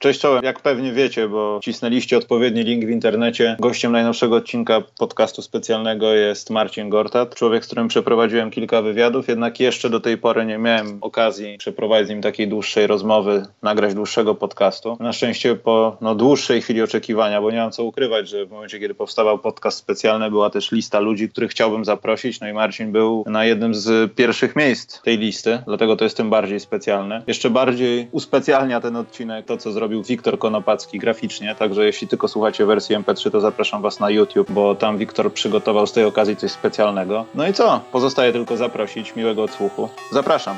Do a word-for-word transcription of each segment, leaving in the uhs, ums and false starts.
Cześć czołem, jak pewnie wiecie, bo wcisnęliście odpowiedni link w internecie, gościem najnowszego odcinka podcastu specjalnego jest Marcin Gortat, człowiek, z którym przeprowadziłem kilka wywiadów, jednak jeszcze do tej pory nie miałem okazji przeprowadzić z nim takiej dłuższej rozmowy, nagrać dłuższego podcastu. Na szczęście po no, dłuższej chwili oczekiwania, bo nie mam co ukrywać, że w momencie, kiedy powstawał podcast specjalny, była też lista ludzi, których chciałbym zaprosić, no i Marcin był na jednym z pierwszych miejsc tej listy, dlatego to jest tym bardziej specjalne. Jeszcze bardziej uspecjalnia ten odcinek to, co zrobił Wiktor Konopacki graficznie, także jeśli tylko słuchacie wersji em pe trzy, to zapraszam was na YouTube, bo tam Wiktor przygotował z tej okazji coś specjalnego. No i co? Pozostaje tylko zaprosić. Miłego odsłuchu. Zapraszam.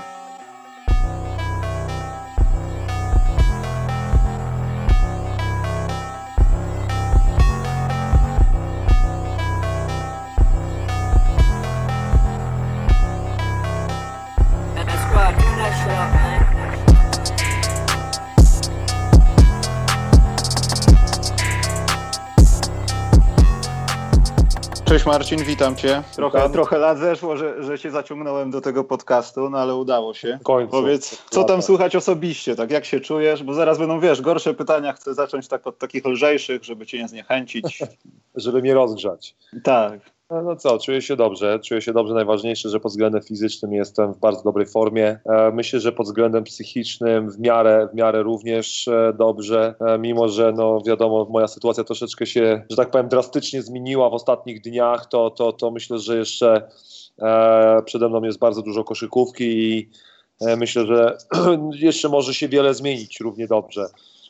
Cześć Marcin, witam cię. Trochę, trochę lat zeszło, że, że cię zaciągnąłem do tego podcastu, no ale udało się. W końcu. Powiedz, co tam słychać osobiście, tak jak się czujesz, bo zaraz będą, wiesz, gorsze pytania, chcę zacząć tak od takich lżejszych, żeby cię nie zniechęcić. Żeby mnie rozgrzać. Tak. No, no co, czuję się dobrze, czuję się dobrze, najważniejsze, że pod względem fizycznym jestem w bardzo dobrej formie. E, myślę, że pod względem psychicznym w miarę, w miarę również e, dobrze, e, mimo że no wiadomo, moja sytuacja troszeczkę się, że tak powiem, drastycznie zmieniła w ostatnich dniach, to, to, to myślę, że jeszcze e, przede mną jest bardzo dużo koszykówki i e, myślę, że jeszcze może się wiele zmienić równie dobrze.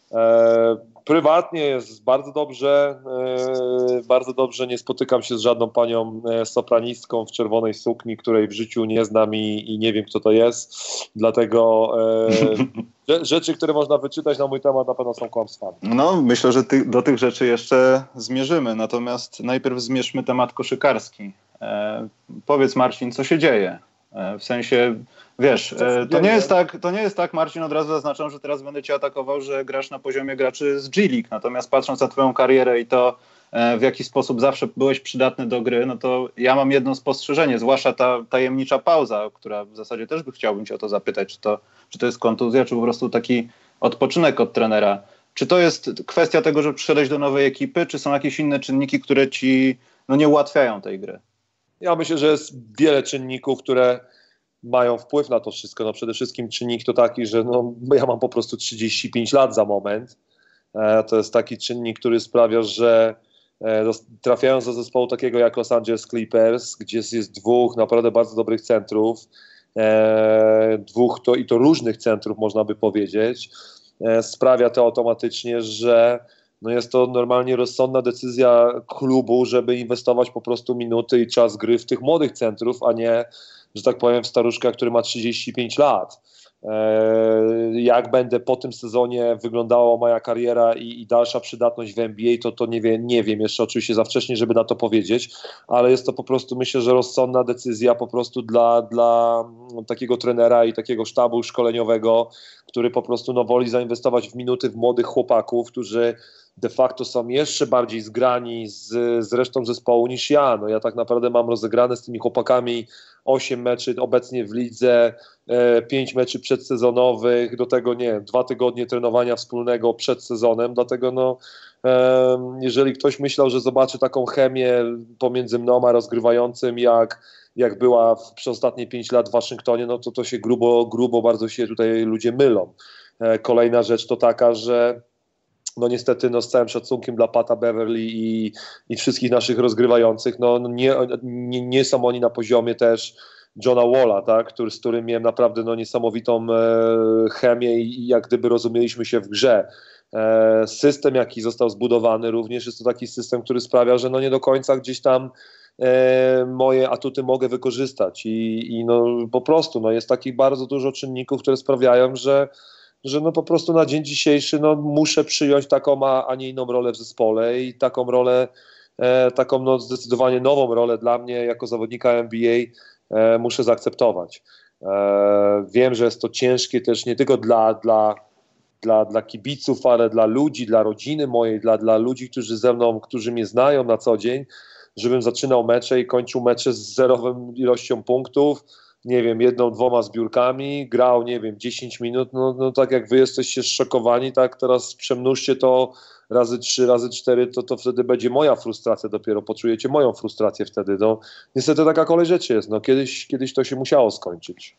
E, prywatnie jest bardzo dobrze, e, bardzo dobrze, nie spotykam się z żadną panią e, sopranistką w czerwonej sukni, której w życiu nie znam i, i nie wiem, kto to jest, dlatego e, rzeczy, które można wyczytać na mój temat, na pewno są kłamstwami. No, myślę, że ty, do tych rzeczy jeszcze zmierzymy, natomiast najpierw zmierzmy temat koszykarski. E, powiedz Marcin, co się dzieje? W sensie, wiesz, to nie jest tak, to nie jest tak, Marcin, od razu zaznaczam, że teraz będę cię atakował, że grasz na poziomie graczy z G-League, natomiast patrząc na twoją karierę i to, w jaki sposób zawsze byłeś przydatny do gry, no to ja mam jedno spostrzeżenie, zwłaszcza ta tajemnicza pauza, która w zasadzie też by chciałbym cię o to zapytać, czy to, czy to jest kontuzja, czy po prostu taki odpoczynek od trenera. Czy to jest kwestia tego, że przyszedłeś do nowej ekipy, czy są jakieś inne czynniki, które ci no, nie ułatwiają tej gry? Ja myślę, że jest wiele czynników, które mają wpływ na to wszystko. No przede wszystkim czynnik to taki, że no, ja mam po prostu trzydzieści pięć lat za moment. E, to jest taki czynnik, który sprawia, że e, trafiając do zespołu takiego jak Los Angeles Clippers, gdzie jest dwóch naprawdę bardzo dobrych centrów, e, dwóch to i to różnych centrów można by powiedzieć, e, sprawia to automatycznie, że no jest to normalnie rozsądna decyzja klubu, żeby inwestować po prostu minuty i czas gry w tych młodych centrów, a nie, że tak powiem, w staruszka, który ma trzydzieści pięć lat. Eee, jak będę po tym sezonie wyglądała moja kariera i, i dalsza przydatność w N B A, to, to nie, wie, nie wiem, jeszcze oczywiście za wcześnie, żeby na to powiedzieć, ale jest to po prostu, myślę, że rozsądna decyzja po prostu dla, dla takiego trenera i takiego sztabu szkoleniowego, który po prostu no, woli zainwestować w minuty w młodych chłopaków, którzy de facto są jeszcze bardziej zgrani z, z resztą zespołu niż ja. No ja tak naprawdę mam rozegrane z tymi chłopakami osiem meczy obecnie w lidze, e, pięć meczy przedsezonowych, do tego nie wiem, dwa tygodnie trenowania wspólnego przed sezonem, dlatego no e, jeżeli ktoś myślał, że zobaczy taką chemię pomiędzy mną a rozgrywającym, jak, jak była w, przez ostatnie pięć lat w Waszyngtonie, no to to się grubo, grubo bardzo się tutaj ludzie mylą. E, kolejna rzecz to taka, że no niestety no z całym szacunkiem dla Pata Beverly i, i wszystkich naszych rozgrywających, no nie, nie, nie są oni na poziomie też Johna Walla, tak, który, z którym miałem naprawdę no, niesamowitą e, chemię i, i jak gdyby rozumieliśmy się w grze. E, system, jaki został zbudowany również jest to taki system, który sprawia, że no nie do końca gdzieś tam e, moje atuty mogę wykorzystać i, i no po prostu no, jest takich bardzo dużo czynników, które sprawiają, że że no po prostu na dzień dzisiejszy no muszę przyjąć taką, a, a nie inną rolę w zespole i taką rolę, e, taką no zdecydowanie nową rolę dla mnie jako zawodnika N B A e, muszę zaakceptować. E, wiem, że jest to ciężkie też nie tylko dla, dla, dla, dla kibiców, ale dla ludzi, dla rodziny mojej, dla, dla ludzi, którzy ze mną, którzy mnie znają na co dzień, żebym zaczynał mecze i kończył mecze z zerową ilością punktów, nie wiem, jedną, dwoma zbiórkami, grał, nie wiem, dziesięć minut, no, no tak jak wy jesteście zszokowani, tak teraz przemnóżcie to razy trzy, razy cztery, to, to wtedy będzie moja frustracja dopiero, poczujecie moją frustrację wtedy. No, niestety taka kolej rzeczy jest, no, kiedyś, kiedyś to się musiało skończyć.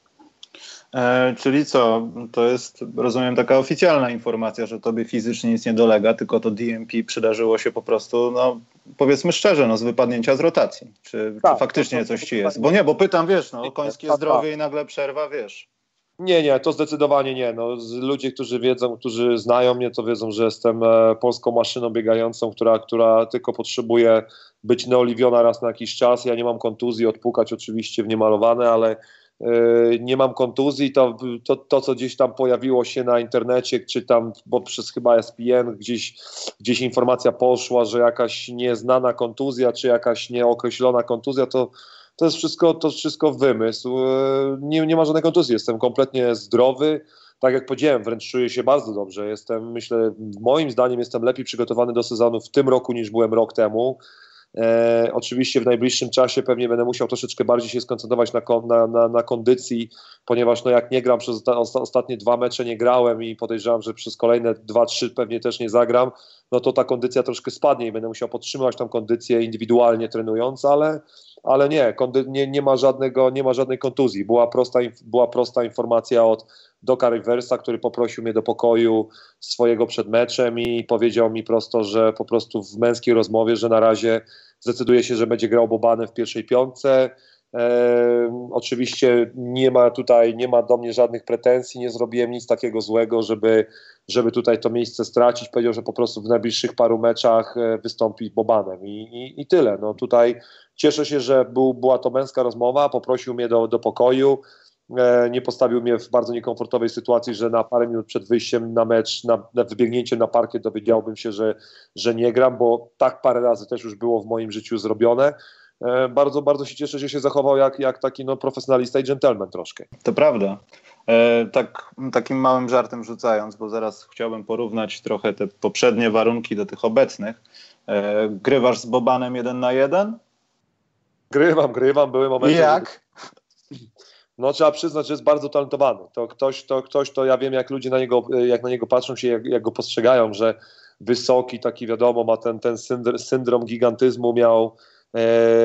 E, czyli co, to jest, rozumiem, taka oficjalna informacja, że tobie fizycznie nic nie dolega, tylko to D M P przydarzyło się po prostu, no powiedzmy szczerze, no z wypadnięcia z rotacji. Czy, tak, czy faktycznie to, to, coś to, ci jest? Bo nie, bo pytam, wiesz, no końskie tak, zdrowie tak. i nagle przerwa, wiesz. Nie, nie, to zdecydowanie nie. No, ludzie, którzy wiedzą, którzy znają mnie, to wiedzą, że jestem e, polską maszyną biegającą, która, która tylko potrzebuje być naoliwiona raz na jakiś czas. Ja nie mam kontuzji, odpukać oczywiście w niemalowane, ale e, nie mam kontuzji. To, to, to, co gdzieś tam pojawiło się na internecie, czy tam, bo przez chyba S P N gdzieś, gdzieś informacja poszła, że jakaś nieznana kontuzja, czy jakaś nieokreślona kontuzja, to To jest wszystko, to jest wszystko wymysł. Nie, nie ma żadnej kontuzji. Jestem kompletnie zdrowy. Tak jak powiedziałem, wręcz czuję się bardzo dobrze. Jestem, myślę, moim zdaniem jestem lepiej przygotowany do sezonu w tym roku niż byłem rok temu. E, oczywiście w najbliższym czasie pewnie będę musiał troszeczkę bardziej się skoncentrować na, na, na, na kondycji, ponieważ no jak nie gram przez osta, ostatnie dwa mecze nie grałem i podejrzewam, że przez kolejne dwa, trzy pewnie też nie zagram, no to ta kondycja troszkę spadnie i będę musiał podtrzymywać tą kondycję indywidualnie trenując, ale ale nie, kondy, nie, nie, ma żadnego, nie ma żadnej kontuzji. Była prosta, była prosta informacja od Doka Riversa, który poprosił mnie do pokoju swojego przed meczem i powiedział mi prosto, że po prostu w męskiej rozmowie, że na razie zdecyduje się, że będzie grał Bobanem w pierwszej piątce. E, oczywiście nie ma tutaj, nie ma do mnie żadnych pretensji, nie zrobiłem nic takiego złego, żeby, żeby tutaj to miejsce stracić. Powiedział, że po prostu w najbliższych paru meczach wystąpi Bobanem i, i, i tyle. No tutaj cieszę się, że był, była to męska rozmowa, poprosił mnie do, do pokoju, e, nie postawił mnie w bardzo niekomfortowej sytuacji, że na parę minut przed wyjściem na mecz, na, na wybiegnięcie na parkiet dowiedziałbym się, że, że nie gram, bo tak parę razy też już było w moim życiu zrobione. E, bardzo, bardzo się cieszę, że się zachował jak, jak taki no, profesjonalista i dżentelmen troszkę. To prawda. E, tak, takim małym żartem rzucając, bo zaraz chciałbym porównać trochę te poprzednie warunki do tych obecnych. E, grywasz z Bobanem jeden na jeden? Grywam, grywam, były momenty... Jak? Że... No trzeba przyznać, że jest bardzo talentowany. To ktoś, to ktoś, to ja wiem, jak ludzie na niego, jak na niego patrzą się, jak, jak go postrzegają, że wysoki, taki wiadomo, ma ten, ten syndrom, syndrom gigantyzmu, miał, e,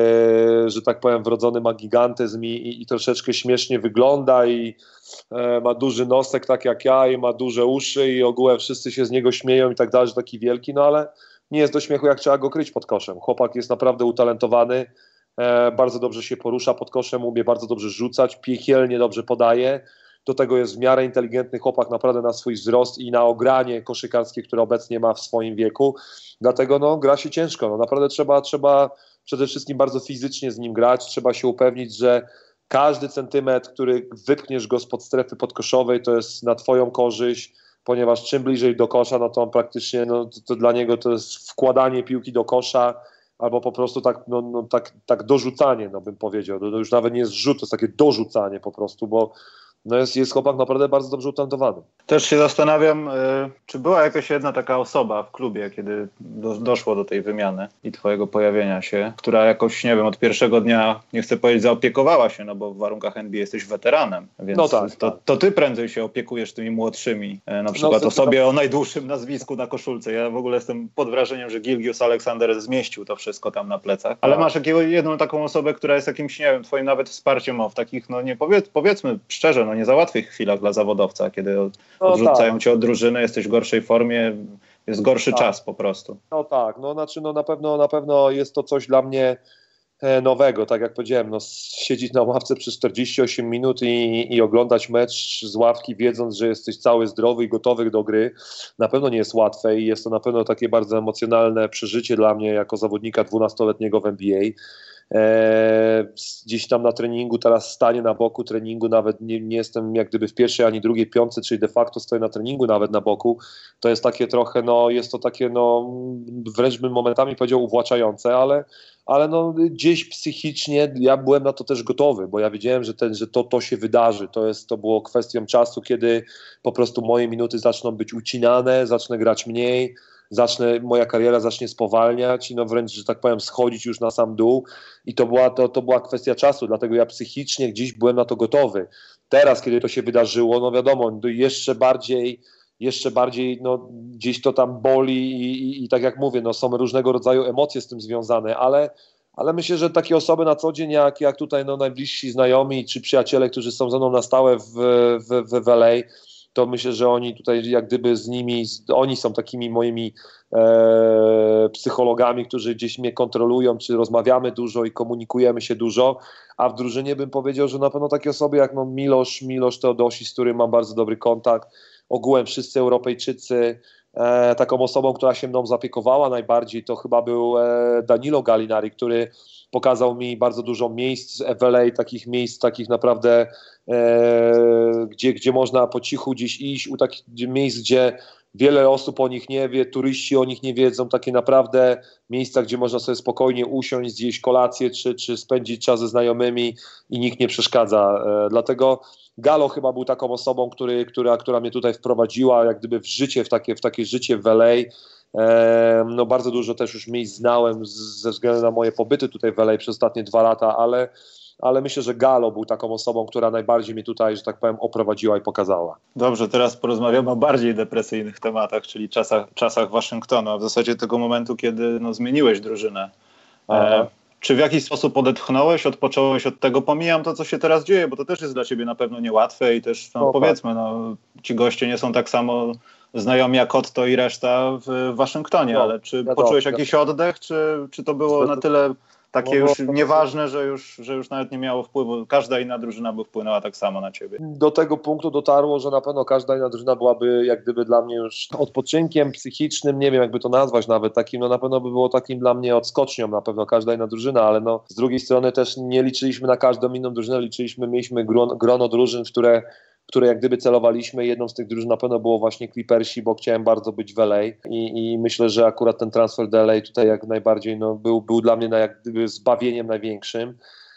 że tak powiem, wrodzony ma gigantyzm i, i, i troszeczkę śmiesznie wygląda i e, ma duży nosek, tak jak ja, i ma duże uszy i ogółem wszyscy się z niego śmieją i tak dalej, że taki wielki, no ale nie jest do śmiechu, jak trzeba go kryć pod koszem. Chłopak jest naprawdę utalentowany. E, bardzo dobrze się porusza pod koszem, umie bardzo dobrze rzucać, piekielnie dobrze podaje. Do tego jest w miarę inteligentny chłopak naprawdę na swój wzrost i na ogranie koszykarskie, które obecnie ma w swoim wieku. Dlatego no, gra się ciężko. No, naprawdę trzeba, trzeba przede wszystkim bardzo fizycznie z nim grać. Trzeba się upewnić, że każdy centymetr, który wypchniesz go spod strefy podkoszowej, to jest na twoją korzyść, ponieważ czym bliżej do kosza, no to on praktycznie, no, to, to dla niego to jest wkładanie piłki do kosza, albo po prostu tak, no, no, tak, tak dorzucanie, no bym powiedział. To już nawet nie jest rzut, to jest takie dorzucanie po prostu, bo no jest, jest chłopak naprawdę bardzo dobrze utalentowany. Też się zastanawiam, y, czy była jakaś jedna taka osoba w klubie, kiedy do, doszło do tej wymiany i twojego pojawienia się, która jakoś, nie wiem, od pierwszego dnia, nie chcę powiedzieć, zaopiekowała się, no bo w warunkach N B A jesteś weteranem, więc no tak, to, tak. to ty prędzej się opiekujesz tymi młodszymi, y, na przykład no, osobie o najdłuższym nazwisku na koszulce. Ja w ogóle jestem pod wrażeniem, że Gilgeous Alexander zmieścił to wszystko tam na plecach. Ale masz jakiego, jedną taką osobę, która jest jakimś, nie wiem, twoim nawet wsparciem o w takich, no nie powiedz, powiedzmy szczerze, no nie za łatwych chwilach dla zawodowca, kiedy od, no odrzucają tak. cię od drużyny, jesteś w gorszej formie, jest gorszy tak. czas po prostu. No tak, no znaczy no na pewno, na pewno jest to coś dla mnie nowego, tak jak powiedziałem, no siedzieć na ławce przez czterdzieści osiem minut i, i oglądać mecz z ławki, wiedząc, że jesteś cały zdrowy i gotowy do gry, na pewno nie jest łatwe i jest to na pewno takie bardzo emocjonalne przeżycie dla mnie jako zawodnika dwunastoletniego w N B A. Eee, gdzieś tam na treningu, teraz stanie na boku treningu, nawet nie, nie jestem jak gdyby w pierwszej ani drugiej piątce, czyli de facto stoję na treningu nawet na boku, to jest takie trochę, no jest to takie, no wręcz bym momentami powiedział uwłaczające, ale, ale no gdzieś psychicznie ja byłem na to też gotowy, bo ja wiedziałem, że, ten, że to, to się wydarzy, to, jest, to było kwestią czasu, kiedy po prostu moje minuty zaczną być ucinane, zacznę grać mniej. zacznę, moja kariera zacznie spowalniać i no wręcz, że tak powiem, schodzić już na sam dół i to była, to, to była kwestia czasu, dlatego ja psychicznie gdzieś byłem na to gotowy. Teraz, kiedy to się wydarzyło, no wiadomo, jeszcze bardziej jeszcze bardziej no, gdzieś to tam boli i, i, i tak jak mówię, no, są różnego rodzaju emocje z tym związane, ale, ale myślę, że takie osoby na co dzień, jak, jak tutaj no, najbliżsi znajomi czy przyjaciele, którzy są ze mną na stałe w, w, w, w L A, to myślę, że oni tutaj jak gdyby z nimi, oni są takimi moimi e, psychologami, którzy gdzieś mnie kontrolują, czy rozmawiamy dużo i komunikujemy się dużo, a w drużynie bym powiedział, że na pewno takie osoby jak no, Milosz, Milosz Teodosi, z którym mam bardzo dobry kontakt, ogółem wszyscy Europejczycy, e, taką osobą, która się mną zaopiekowała najbardziej, to chyba był e, Danilo Gallinari, który pokazał mi bardzo dużo miejsc w L A, takich miejsc, takich naprawdę, e, gdzie, gdzie można po cichu gdzieś iść, u takich miejsc, gdzie wiele osób o nich nie wie, turyści o nich nie wiedzą, takie naprawdę miejsca, gdzie można sobie spokojnie usiąść, zjeść kolację, czy, czy spędzić czas ze znajomymi i nikt nie przeszkadza. E, dlatego Galo chyba był taką osobą, który, która, która mnie tutaj wprowadziła jak gdyby w życie, w takie, w takie życie w L A. E, no bardzo dużo też już miejsc znałem z, ze względu na moje pobyty tutaj w L A przez ostatnie dwa lata, ale, ale myślę, że Galo był taką osobą, która najbardziej mnie tutaj, że tak powiem, oprowadziła i pokazała. Dobrze, teraz porozmawiamy o bardziej depresyjnych tematach, czyli czasach, czasach Waszyngtonu, a w zasadzie tego momentu, kiedy no, zmieniłeś drużynę. E, czy w jakiś sposób odetchnąłeś, odpocząłeś od tego? Pomijam to, co się teraz dzieje, bo to też jest dla ciebie na pewno niełatwe i też, no, no powiedzmy, no, ci goście nie są tak samo znajomi jak Otto i reszta w Waszyngtonie, no, ale czy no poczułeś no, jakiś oddech, czy, czy to było na tyle takie już nieważne, że już, że już nawet nie miało wpływu, każda inna drużyna by wpłynęła tak samo na ciebie? Do tego punktu dotarło, że na pewno każda inna drużyna byłaby jak gdyby dla mnie już odpoczynkiem psychicznym, nie wiem jakby to nazwać nawet, takim, no na pewno by było takim dla mnie odskocznią na pewno każda inna drużyna, ale no z drugiej strony też nie liczyliśmy na każdą inną drużynę, liczyliśmy, mieliśmy grono, grono drużyn, w które które jak gdyby celowaliśmy. Jedną z tych drużyn na pewno było właśnie Clippersi, bo chciałem bardzo być w L A i, i myślę, że akurat ten transfer do L A tutaj jak najbardziej no, był, był dla mnie na, jak gdyby zbawieniem największym.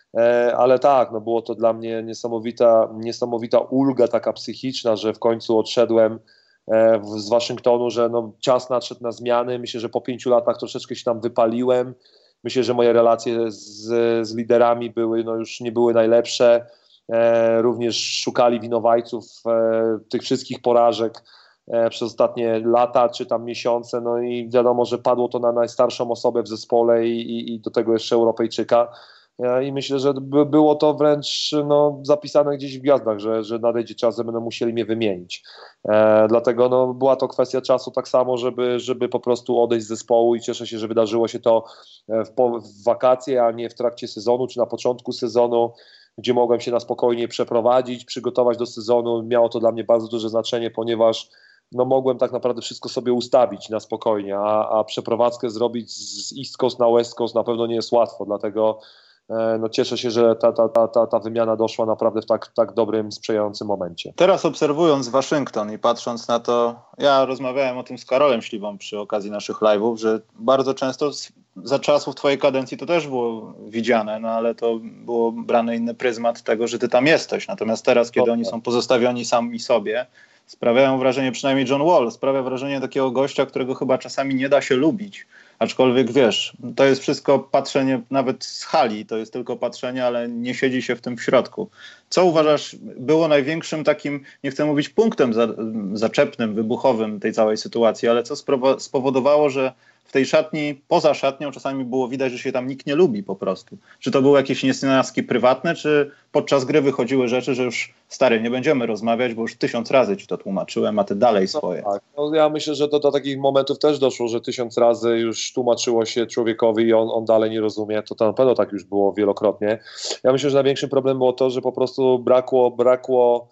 E, ale tak, no, było to dla mnie niesamowita, niesamowita ulga taka psychiczna, że w końcu odszedłem e, w, z Waszyngtonu, że no, czas nadszedł na zmiany. Myślę, że po pięciu latach troszeczkę się tam wypaliłem. Myślę, że moje relacje z, z liderami były, no, już nie były najlepsze. E, również szukali winowajców e, tych wszystkich porażek e, przez ostatnie lata czy tam miesiące, no i wiadomo, że padło to na najstarszą osobę w zespole i, i, i do tego jeszcze Europejczyka e, i myślę, że by, było to wręcz no, zapisane gdzieś w gwiazdach, że, że nadejdzie czas, że będą musieli mnie wymienić. E, dlatego no, była to kwestia czasu tak samo, żeby, żeby po prostu odejść z zespołu i cieszę się, że wydarzyło się to w, w wakacje, a nie w trakcie sezonu czy na początku sezonu, gdzie mogłem się na spokojnie przeprowadzić, przygotować do sezonu. Miało to dla mnie bardzo duże znaczenie, ponieważ no, mogłem tak naprawdę wszystko sobie ustawić na spokojnie, a, a przeprowadzkę zrobić z East Coast na West Coast na pewno nie jest łatwo, dlatego e, no, cieszę się, że ta, ta, ta, ta, ta wymiana doszła naprawdę w tak, tak dobrym, sprzyjającym momencie. Teraz obserwując Waszyngton i patrząc na to, ja rozmawiałem o tym z Karolem Śliwą przy okazji naszych live'ów, że bardzo często za czasów twojej kadencji to też było widziane, no ale to było brany inny pryzmat tego, że ty tam jesteś. Natomiast teraz, kiedy oni są pozostawioni sami sobie, sprawiają wrażenie, przynajmniej John Wall, sprawia wrażenie takiego gościa, którego chyba czasami nie da się lubić. Aczkolwiek wiesz, to jest wszystko patrzenie nawet z hali, to jest tylko patrzenie, ale nie siedzi się w tym w środku. Co uważasz było największym takim, nie chcę mówić punktem za, zaczepnym, wybuchowym tej całej sytuacji, ale co sprowo- spowodowało, że w tej szatni, poza szatnią czasami było widać, że się tam nikt nie lubi po prostu. Czy to były jakieś niesnaski prywatne, czy podczas gry wychodziły rzeczy, że już stary, nie będziemy rozmawiać, bo już tysiąc razy ci to tłumaczyłem, a ty dalej swoje. No, tak. No, ja myślę, że to do takich momentów też doszło, że tysiąc razy już tłumaczyło się człowiekowi i on, on dalej nie rozumie. To, to na pewno tak już było wielokrotnie. Ja myślę, że największym problemem było to, że po prostu brakło, brakło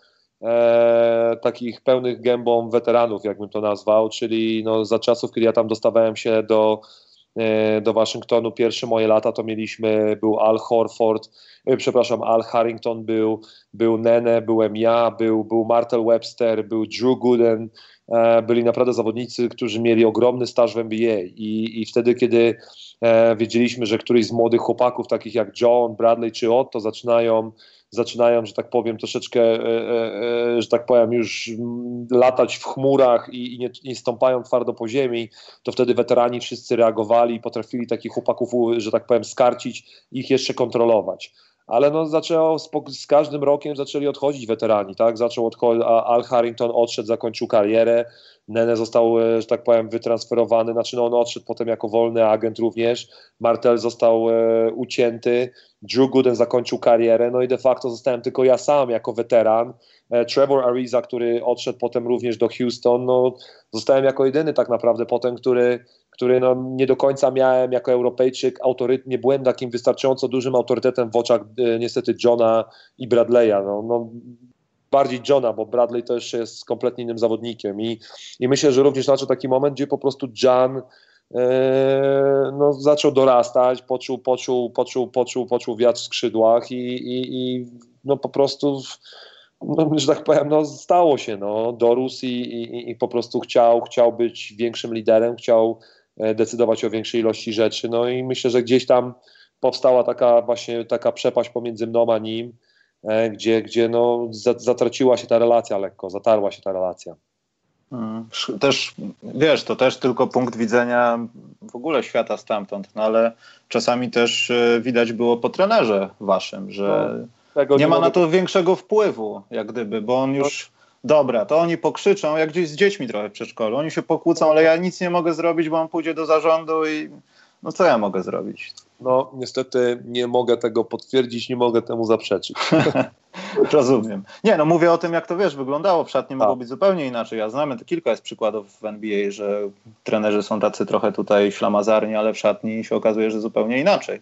E, takich pełnych gębą weteranów, jakbym to nazwał, czyli no, za czasów, kiedy ja tam dostawałem się do, e, do Waszyngtonu, pierwsze moje lata to mieliśmy, był Al Horford, e, przepraszam, Al Harrington był, był Nene, byłem ja, był, był Martel Webster, był Drew Gooden, byli naprawdę zawodnicy, którzy mieli ogromny staż w N B A i, i wtedy, kiedy e, wiedzieliśmy, że któryś z młodych chłopaków, takich jak John, Bradley czy Otto, zaczynają, zaczynają, że tak powiem, troszeczkę, e, e, że tak powiem, już latać w chmurach i, i nie, nie stąpają twardo po ziemi, to wtedy weterani wszyscy reagowali i potrafili takich chłopaków, że tak powiem, skarcić i ich jeszcze kontrolować. Ale no zaczęło, z każdym rokiem zaczęli odchodzić weterani, tak? Zaczął odchodzić, Al Harrington odszedł, zakończył karierę, Nene został, że tak powiem, wytransferowany, znaczy no on odszedł potem jako wolny agent również, Martel został e, ucięty, Drew Gooden zakończył karierę, no i de facto zostałem tylko ja sam jako weteran, e, Trevor Ariza, który odszedł potem również do Houston, no zostałem jako jedyny tak naprawdę potem, który który no, nie do końca miałem jako Europejczyk autorytet, nie byłem takim wystarczająco dużym autorytetem w oczach e, niestety Johna i Bradley'a. No, no, bardziej Johna, bo Bradley też jest kompletnie innym zawodnikiem i, i myślę, że również nadszedł taki moment, gdzie po prostu John e, no, zaczął dorastać, poczuł, poczuł, poczuł, poczuł, poczuł wiatr w skrzydłach i, i, i no, po prostu no, że tak powiem, no, stało się, no, dorósł i, i, i po prostu chciał, chciał być większym liderem, chciał decydować o większej ilości rzeczy, no i myślę, że gdzieś tam powstała taka właśnie taka przepaść pomiędzy mną a nim, e, gdzie, gdzie no zatraciła się ta relacja lekko, zatarła się ta relacja. Hmm. Też, wiesz, to też tylko punkt widzenia w ogóle świata stamtąd, no ale czasami też widać było po trenerze waszym, że no, nie, nie ma mogę... na to większego wpływu, jak gdyby, bo on już... Dobra, to oni pokrzyczą, jak gdzieś z dziećmi trochę w przedszkolu. Oni się pokłócą, ale ja nic nie mogę zrobić, bo on pójdzie do zarządu i no co ja mogę zrobić? No niestety nie mogę tego potwierdzić, nie mogę temu zaprzeczyć. Rozumiem. Nie, no mówię o tym, jak to wiesz, wyglądało w szatni, mogło być zupełnie inaczej. Ja znamy, to kilka jest przykładów w N B A, że trenerzy są tacy trochę tutaj ślamazarni, ale w szatni się okazuje, że zupełnie inaczej.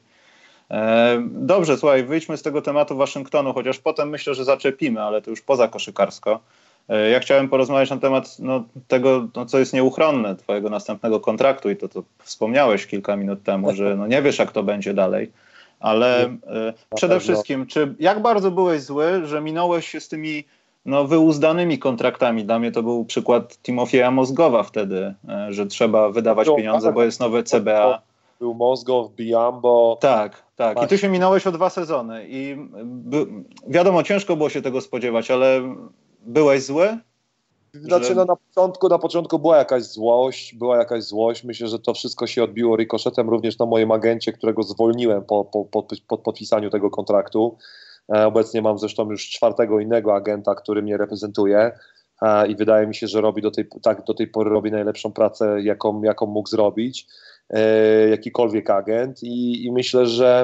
Dobrze, słuchaj, wyjdźmy z tego tematu Waszyngtonu, chociaż potem myślę, że zaczepimy, ale to już poza koszykarsko. Ja chciałem porozmawiać na temat no, tego, no, co jest nieuchronne, twojego następnego kontraktu i to, co wspomniałeś kilka minut temu, że no, nie wiesz, jak to będzie dalej, ale e, przede wszystkim, czy jak bardzo byłeś zły, że minąłeś się z tymi no, wyuzdanymi kontraktami? Dla mnie to był przykład Timofieja Mozgowa wtedy, e, że trzeba wydawać pieniądze, bo jest nowe C B A. Był Mozgow, Biambo. Tak, tak. I ty się minąłeś o dwa sezony. I by, wiadomo, ciężko było się tego spodziewać, ale byłeś zły? Znaczy, że... no, na początku, na początku była jakaś złość, była jakaś złość. Myślę, że to wszystko się odbiło rykoszetem również na moim agencie, którego zwolniłem po, po, po, po podpisaniu tego kontraktu. E, obecnie mam zresztą już czwartego innego agenta, który mnie reprezentuje. E, I wydaje mi się, że robi do tej, tak, do tej pory robi najlepszą pracę, jaką, jaką mógł zrobić. E, jakikolwiek agent i, i myślę, że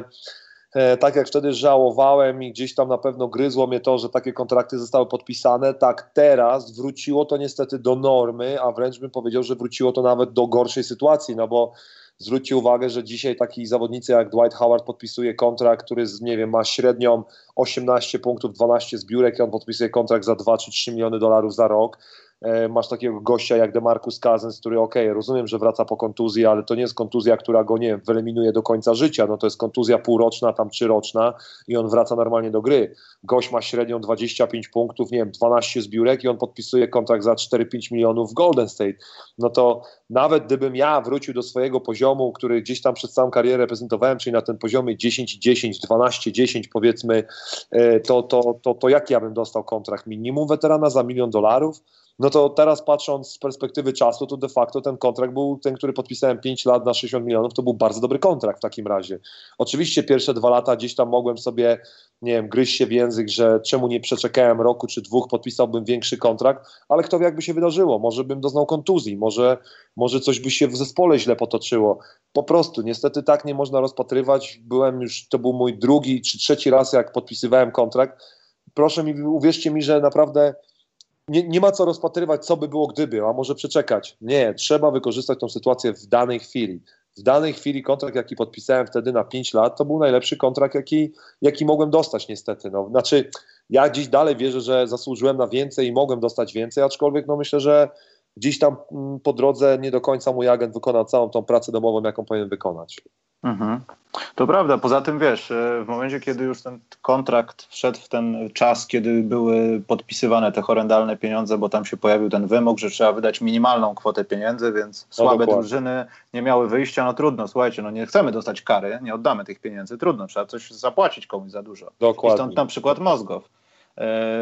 e, tak jak wtedy żałowałem i gdzieś tam na pewno gryzło mnie to, że takie kontrakty zostały podpisane, tak teraz wróciło to niestety do normy, a wręcz bym powiedział, że wróciło to nawet do gorszej sytuacji, no bo zwróćcie uwagę, że dzisiaj taki zawodnicy jak Dwight Howard podpisuje kontrakt, który nie wiem, ma średnią osiemnaście punktów, dwanaście zbiórek i on podpisuje kontrakt za dwa czy trzy miliony dolarów za rok. Masz takiego gościa jak DeMarcus Cousins, który okej, okay, rozumiem, że wraca po kontuzji, ale to nie jest kontuzja, która go nie wiem, wyeliminuje do końca życia, no to jest kontuzja półroczna, tam trzyroczna i on wraca normalnie do gry. Gość ma średnią dwadzieścia pięć punktów, nie wiem, dwanaście zbiórek i on podpisuje kontrakt za cztery pięć milionów w Golden State. No to nawet gdybym ja wrócił do swojego poziomu, który gdzieś tam przez całą karierę reprezentowałem, czyli na tym poziomie dziesięć dziesięć, dwanaście dziesięć powiedzmy, to, to, to, to jaki ja bym dostał kontrakt? Minimum weterana za milion dolarów? No to teraz patrząc z perspektywy czasu, to de facto ten kontrakt był, ten, który podpisałem pięć lat na sześćdziesiąt milionów, to był bardzo dobry kontrakt w takim razie. Oczywiście pierwsze dwa lata gdzieś tam mogłem sobie, nie wiem, gryźć się w język, że czemu nie przeczekałem roku czy dwóch, podpisałbym większy kontrakt, ale kto wie, jakby się wydarzyło, może bym doznał kontuzji, może, może coś by się w zespole źle potoczyło. Po prostu, niestety tak nie można rozpatrywać. Byłem już, to był mój drugi czy trzeci raz, jak podpisywałem kontrakt. Proszę mi, uwierzcie mi, że naprawdę Nie, nie ma co rozpatrywać, co by było gdyby, a może przeczekać. Nie, trzeba wykorzystać tą sytuację w danej chwili. W danej chwili kontrakt, jaki podpisałem wtedy na pięć lat, to był najlepszy kontrakt, jaki, jaki mogłem dostać niestety. No, znaczy, ja dziś dalej wierzę, że zasłużyłem na więcej i mogłem dostać więcej, aczkolwiek no, myślę, że gdzieś tam po drodze nie do końca mój agent wykonał całą tą pracę domową, jaką powinien wykonać. Mhm. To prawda, poza tym wiesz, w momencie, kiedy już ten kontrakt wszedł w ten czas, kiedy były podpisywane te horrendalne pieniądze, bo tam się pojawił ten wymóg, że trzeba wydać minimalną kwotę pieniędzy, więc słabe dokładnie. drużyny nie miały wyjścia, no trudno, słuchajcie, no nie chcemy dostać kary, nie oddamy tych pieniędzy, trudno, trzeba coś zapłacić komuś za dużo. Dokładnie. I stąd na przykład Mozgow. Yy,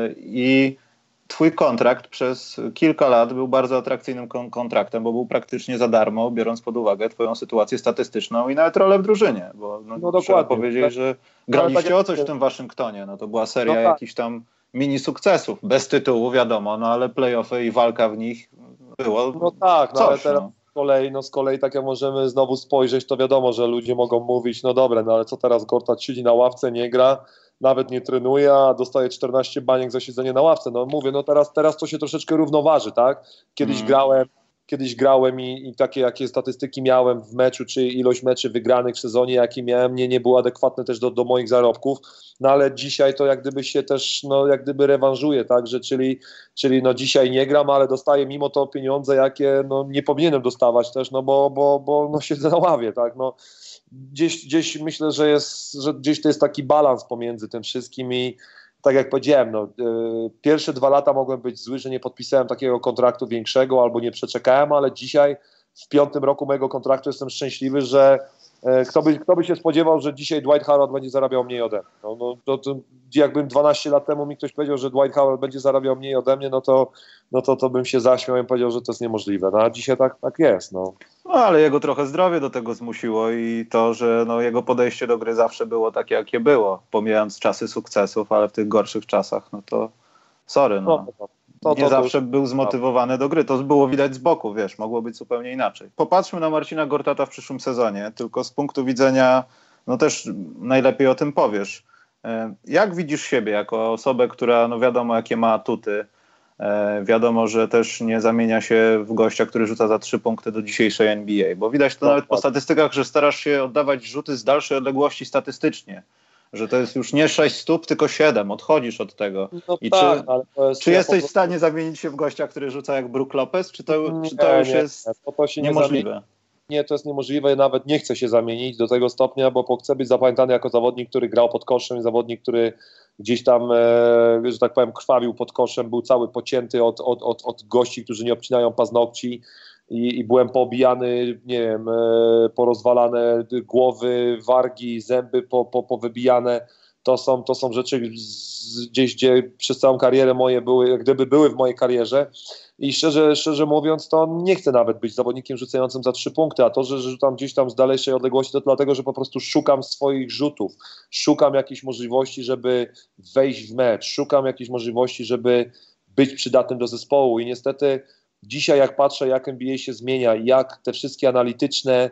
I twój kontrakt przez kilka lat był bardzo atrakcyjnym kon- kontraktem, bo był praktycznie za darmo, biorąc pod uwagę twoją sytuację statystyczną i nawet rolę w drużynie, bo no, No trzeba dokładnie. powiedzieć, Tak. że graliście tak jak- o coś w tym Waszyngtonie, no to była seria No tak. jakichś tam mini sukcesów, bez tytułu wiadomo, no ale play-offy i walka w nich było No tak, no, coś, ale teraz no. z kolei, no z kolei tak jak możemy znowu spojrzeć, to wiadomo, że ludzie mogą mówić, no dobra, no ale co teraz, Gortat siedzi na ławce, nie gra, nawet nie trenuje, a dostaje czternaście baniek za siedzenie na ławce. No mówię, no teraz, teraz to się troszeczkę równoważy, tak? Kiedyś Mm. grałem, kiedyś grałem i, i takie jakie statystyki miałem w meczu, czy ilość meczy wygranych w sezonie, jaki miałem, nie, nie było adekwatne też do, do moich zarobków, no ale dzisiaj to jak gdyby się też, no jak gdyby rewanżuje, tak, że czyli, czyli no dzisiaj nie gram, ale dostaję mimo to pieniądze, jakie no nie powinienem dostawać też, no bo, bo, bo no siedzę na ławie, tak, no gdzieś, gdzieś myślę, że jest, że gdzieś to jest taki balans pomiędzy tym wszystkim i tak jak powiedziałem, no, y, pierwsze dwa lata mogłem być zły, że nie podpisałem takiego kontraktu większego albo nie przeczekałem, ale dzisiaj w piątym roku mojego kontraktu jestem szczęśliwy, że y, kto, by, kto by się spodziewał, że dzisiaj Dwight Howard będzie zarabiał mniej ode mnie. No, no, to, to, jakbym dwanaście lat temu mi ktoś powiedział, że Dwight Howard będzie zarabiał mniej ode mnie, no to, no to, to bym się zaśmiał i powiedział, że to jest niemożliwe. No, a dzisiaj tak, tak jest. No. No ale jego trochę zdrowie do tego zmusiło i to, że no, jego podejście do gry zawsze było takie, jakie było, pomijając czasy sukcesów, ale w tych gorszych czasach, no to sorry, no. No, to, to, Nie to, zawsze to, był zmotywowany do gry. To było widać z boku, wiesz, mogło być zupełnie inaczej. Popatrzmy na Marcina Gortata w przyszłym sezonie, tylko z punktu widzenia, no też najlepiej o tym powiesz. Jak widzisz siebie jako osobę, która, no wiadomo, jakie ma atuty, wiadomo, że też nie zamienia się w gościa, który rzuca za trzy punkty do dzisiejszej N B A, bo widać to No, nawet po tak. statystykach, że starasz się oddawać rzuty z dalszej odległości statystycznie, że to jest już nie sześć stóp, tylko siedem, odchodzisz od tego. no I tak, czy, ale to jest, czy ja jesteś po w stanie zamienić się w gościa, który rzuca jak Brook Lopez, czy to, prostu- czy to już nie, jest nie, to, to się nie niemożliwe? zamieni. Nie, to jest niemożliwe, nawet nie chcę się zamienić do tego stopnia, bo chcę być zapamiętany jako zawodnik, który grał pod koszem, zawodnik, który gdzieś tam, e, że tak powiem, krwawił pod koszem, był cały pocięty od, od, od, od gości, którzy nie obcinają paznokci i, i byłem poobijany, nie wiem, e, porozwalane głowy, wargi, zęby po, po, powybijane. To są, to są rzeczy z, gdzieś, gdzie przez całą karierę moje były, jak gdyby były w mojej karierze. I szczerze, szczerze mówiąc, to nie chcę nawet być zawodnikiem rzucającym za trzy punkty, a to, że rzucam gdzieś tam z dalszej odległości, to dlatego, że po prostu szukam swoich rzutów, szukam jakichś możliwości, żeby wejść w mecz, szukam jakichś możliwości, żeby być przydatnym do zespołu i niestety dzisiaj jak patrzę, jak N B A się zmienia, jak te wszystkie analityczne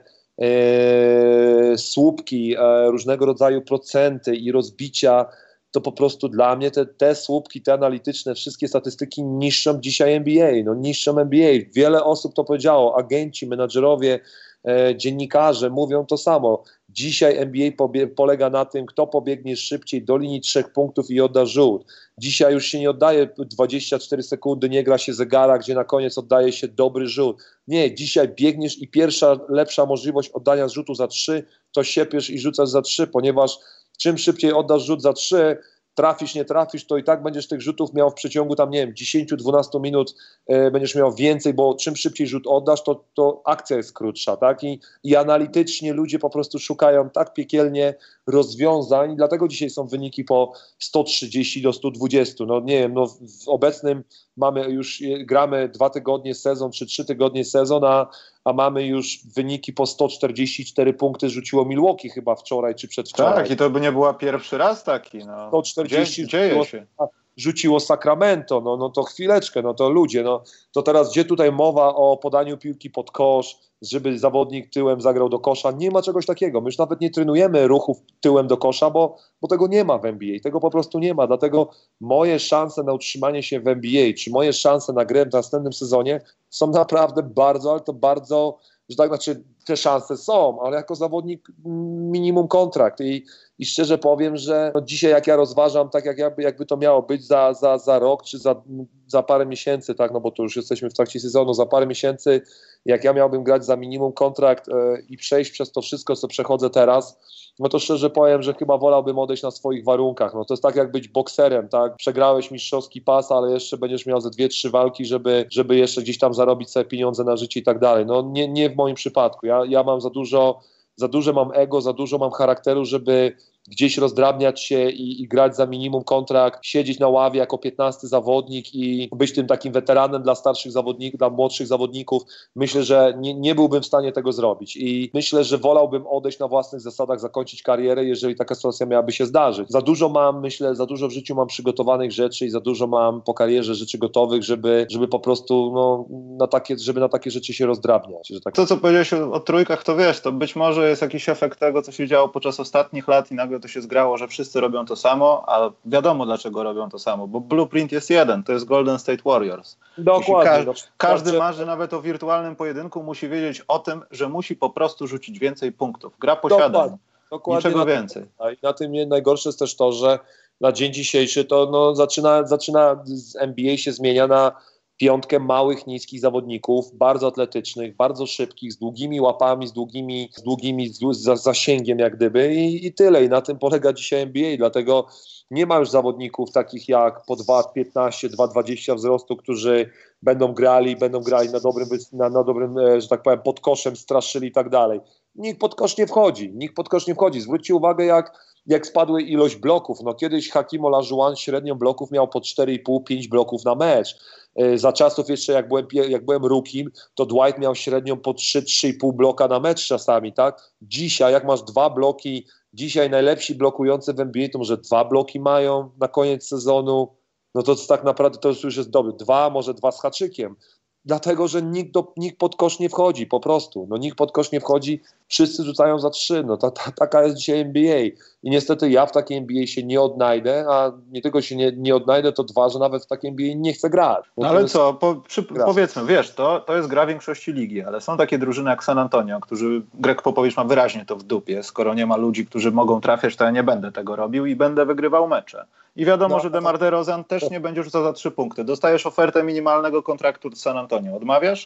e, słupki, e, różnego rodzaju procenty i rozbicia, to po prostu dla mnie te, te słupki, te analityczne, wszystkie statystyki niszczą dzisiaj N B A, no niszczą N B A. Wiele osób to powiedziało, agenci, menadżerowie, e, dziennikarze mówią to samo. Dzisiaj N B A pobie- polega na tym, kto pobiegnie szybciej do linii trzech punktów i odda rzut. Dzisiaj już się nie oddaje dwadzieścia cztery sekundy, nie gra się zegara, gdzie na koniec oddaje się dobry rzut. Nie, dzisiaj biegniesz i pierwsza lepsza możliwość oddania rzutu za trzy, to siepiesz i rzucasz za trzy, ponieważ czym szybciej oddasz rzut za trzy, trafisz, nie trafisz, to i tak będziesz tych rzutów miał w przeciągu tam, nie wiem, dziesięć do dwunastu minut e, będziesz miał więcej, bo czym szybciej rzut oddasz, to, to akcja jest krótsza, tak? I, I analitycznie ludzie po prostu szukają tak piekielnie rozwiązań, dlatego dzisiaj są wyniki po sto trzydzieści do stu dwudziestu. No nie wiem, no w, w obecnym mamy już, gramy dwa tygodnie sezon, czy trzy tygodnie sezon, a, a mamy już wyniki po sto czterdzieści cztery punkty rzuciło Milwaukee chyba wczoraj, czy przedwczoraj. Tak, i to by nie była pierwszy raz taki. No. sto czterdzieści Dzie- dzieje się. rzuciło Sacramento, no, no to chwileczkę, no to ludzie, no to teraz gdzie tutaj mowa o podaniu piłki pod kosz, żeby zawodnik tyłem zagrał do kosza, nie ma czegoś takiego, my już nawet nie trenujemy ruchów tyłem do kosza, bo, bo tego nie ma w N B A, tego po prostu nie ma, dlatego moje szanse na utrzymanie się w N B A, czy moje szanse na grę w następnym sezonie są naprawdę bardzo, ale to bardzo, że tak znaczy te szanse są, ale jako zawodnik minimum kontrakt i, i szczerze powiem, że no dzisiaj jak ja rozważam, tak jak jakby, jakby to miało być za, za, za rok czy za, za parę miesięcy, tak, no bo to już jesteśmy w trakcie sezonu, za parę miesięcy, jak ja miałbym grać za minimum kontrakt yy, i przejść przez to wszystko, co przechodzę teraz, no to szczerze powiem, że chyba wolałbym odejść na swoich warunkach. No to jest tak jak być bokserem, tak? Przegrałeś mistrzowski pas, ale jeszcze będziesz miał ze dwie, trzy walki, żeby, żeby jeszcze gdzieś tam zarobić sobie pieniądze na życie i tak dalej. No nie, nie w moim przypadku. Ja, ja mam za dużo, za dużo mam ego, za dużo mam charakteru, żeby gdzieś rozdrabniać się i, i grać za minimum kontrakt, siedzieć na ławie jako piętnasty zawodnik i być tym takim weteranem dla starszych zawodników, dla młodszych zawodników. Myślę, że nie, nie byłbym w stanie tego zrobić i myślę, że wolałbym odejść na własnych zasadach, zakończyć karierę, jeżeli taka sytuacja miałaby się zdarzyć. Za dużo mam, myślę, za dużo w życiu mam przygotowanych rzeczy i za dużo mam po karierze rzeczy gotowych, żeby, żeby po prostu no, na takie, żeby na takie rzeczy się rozdrabniać. Że tak... To, co powiedziałeś o, o trójkach, to wiesz, to być może jest jakiś efekt tego, co się działo podczas ostatnich lat i nagle to się zgrało, że wszyscy robią to samo, a wiadomo dlaczego robią to samo, bo blueprint jest jeden, to jest Golden State Warriors. Dokładnie. Ka- każdy marzy nawet o wirtualnym pojedynku, musi wiedzieć o tym, że musi po prostu rzucić więcej punktów. Gra posiada, Dokładnie. Dokładnie niczego na więcej. I na tym najgorsze jest też to, że na dzień dzisiejszy to no, zaczyna, zaczyna z N B A się zmienia na piątkę małych, niskich zawodników, bardzo atletycznych, bardzo szybkich, z długimi łapami, z długimi, z długimi z, z zasięgiem jak gdyby i, i tyle. I na tym polega dzisiaj N B A, dlatego nie ma już zawodników takich jak po dwa piętnaście, dwa dwadzieścia wzrostu, którzy będą grali, będą grali na dobrym, na, na dobrym, że tak powiem, pod koszem, straszyli i tak dalej. Nikt pod kosz nie wchodzi, nikt pod kosz nie wchodzi. Zwróćcie uwagę, jak, jak spadły ilość bloków. No kiedyś Hakim Olajuwon średnią bloków miał po cztery i pół pięć bloków na mecz. Za czasów jeszcze jak byłem, jak byłem rookiem, to Dwight miał średnią po trzy, trzy i pół bloka na mecz czasami, tak? Dzisiaj jak masz dwa bloki, dzisiaj najlepsi blokujący w N B A to może dwa bloki mają na koniec sezonu, no to tak naprawdę to już jest dobre. Dwa, może dwa z haczykiem. Dlatego, że nikt, do, nikt pod kosz nie wchodzi, po prostu. No nikt pod kosz nie wchodzi, wszyscy rzucają za trzy. No ta, ta, taka jest dzisiaj N B A. I niestety ja w takiej N B A się nie odnajdę, a nie tylko się nie, nie odnajdę, to dwa, że nawet w takiej N B A nie chcę grać. No ale co, po, przy, powiedzmy, wiesz, to, to jest gra większości ligi, ale są takie drużyny jak San Antonio, którzy, Greg Popovich ma wyraźnie to w dupie, skoro nie ma ludzi, którzy mogą trafiać, to ja nie będę tego robił i będę wygrywał mecze. I wiadomo, no, że DeMar DeRozan też nie będzie rzucał za trzy punkty. Dostajesz ofertę minimalnego kontraktu z San Antonio. Odmawiasz?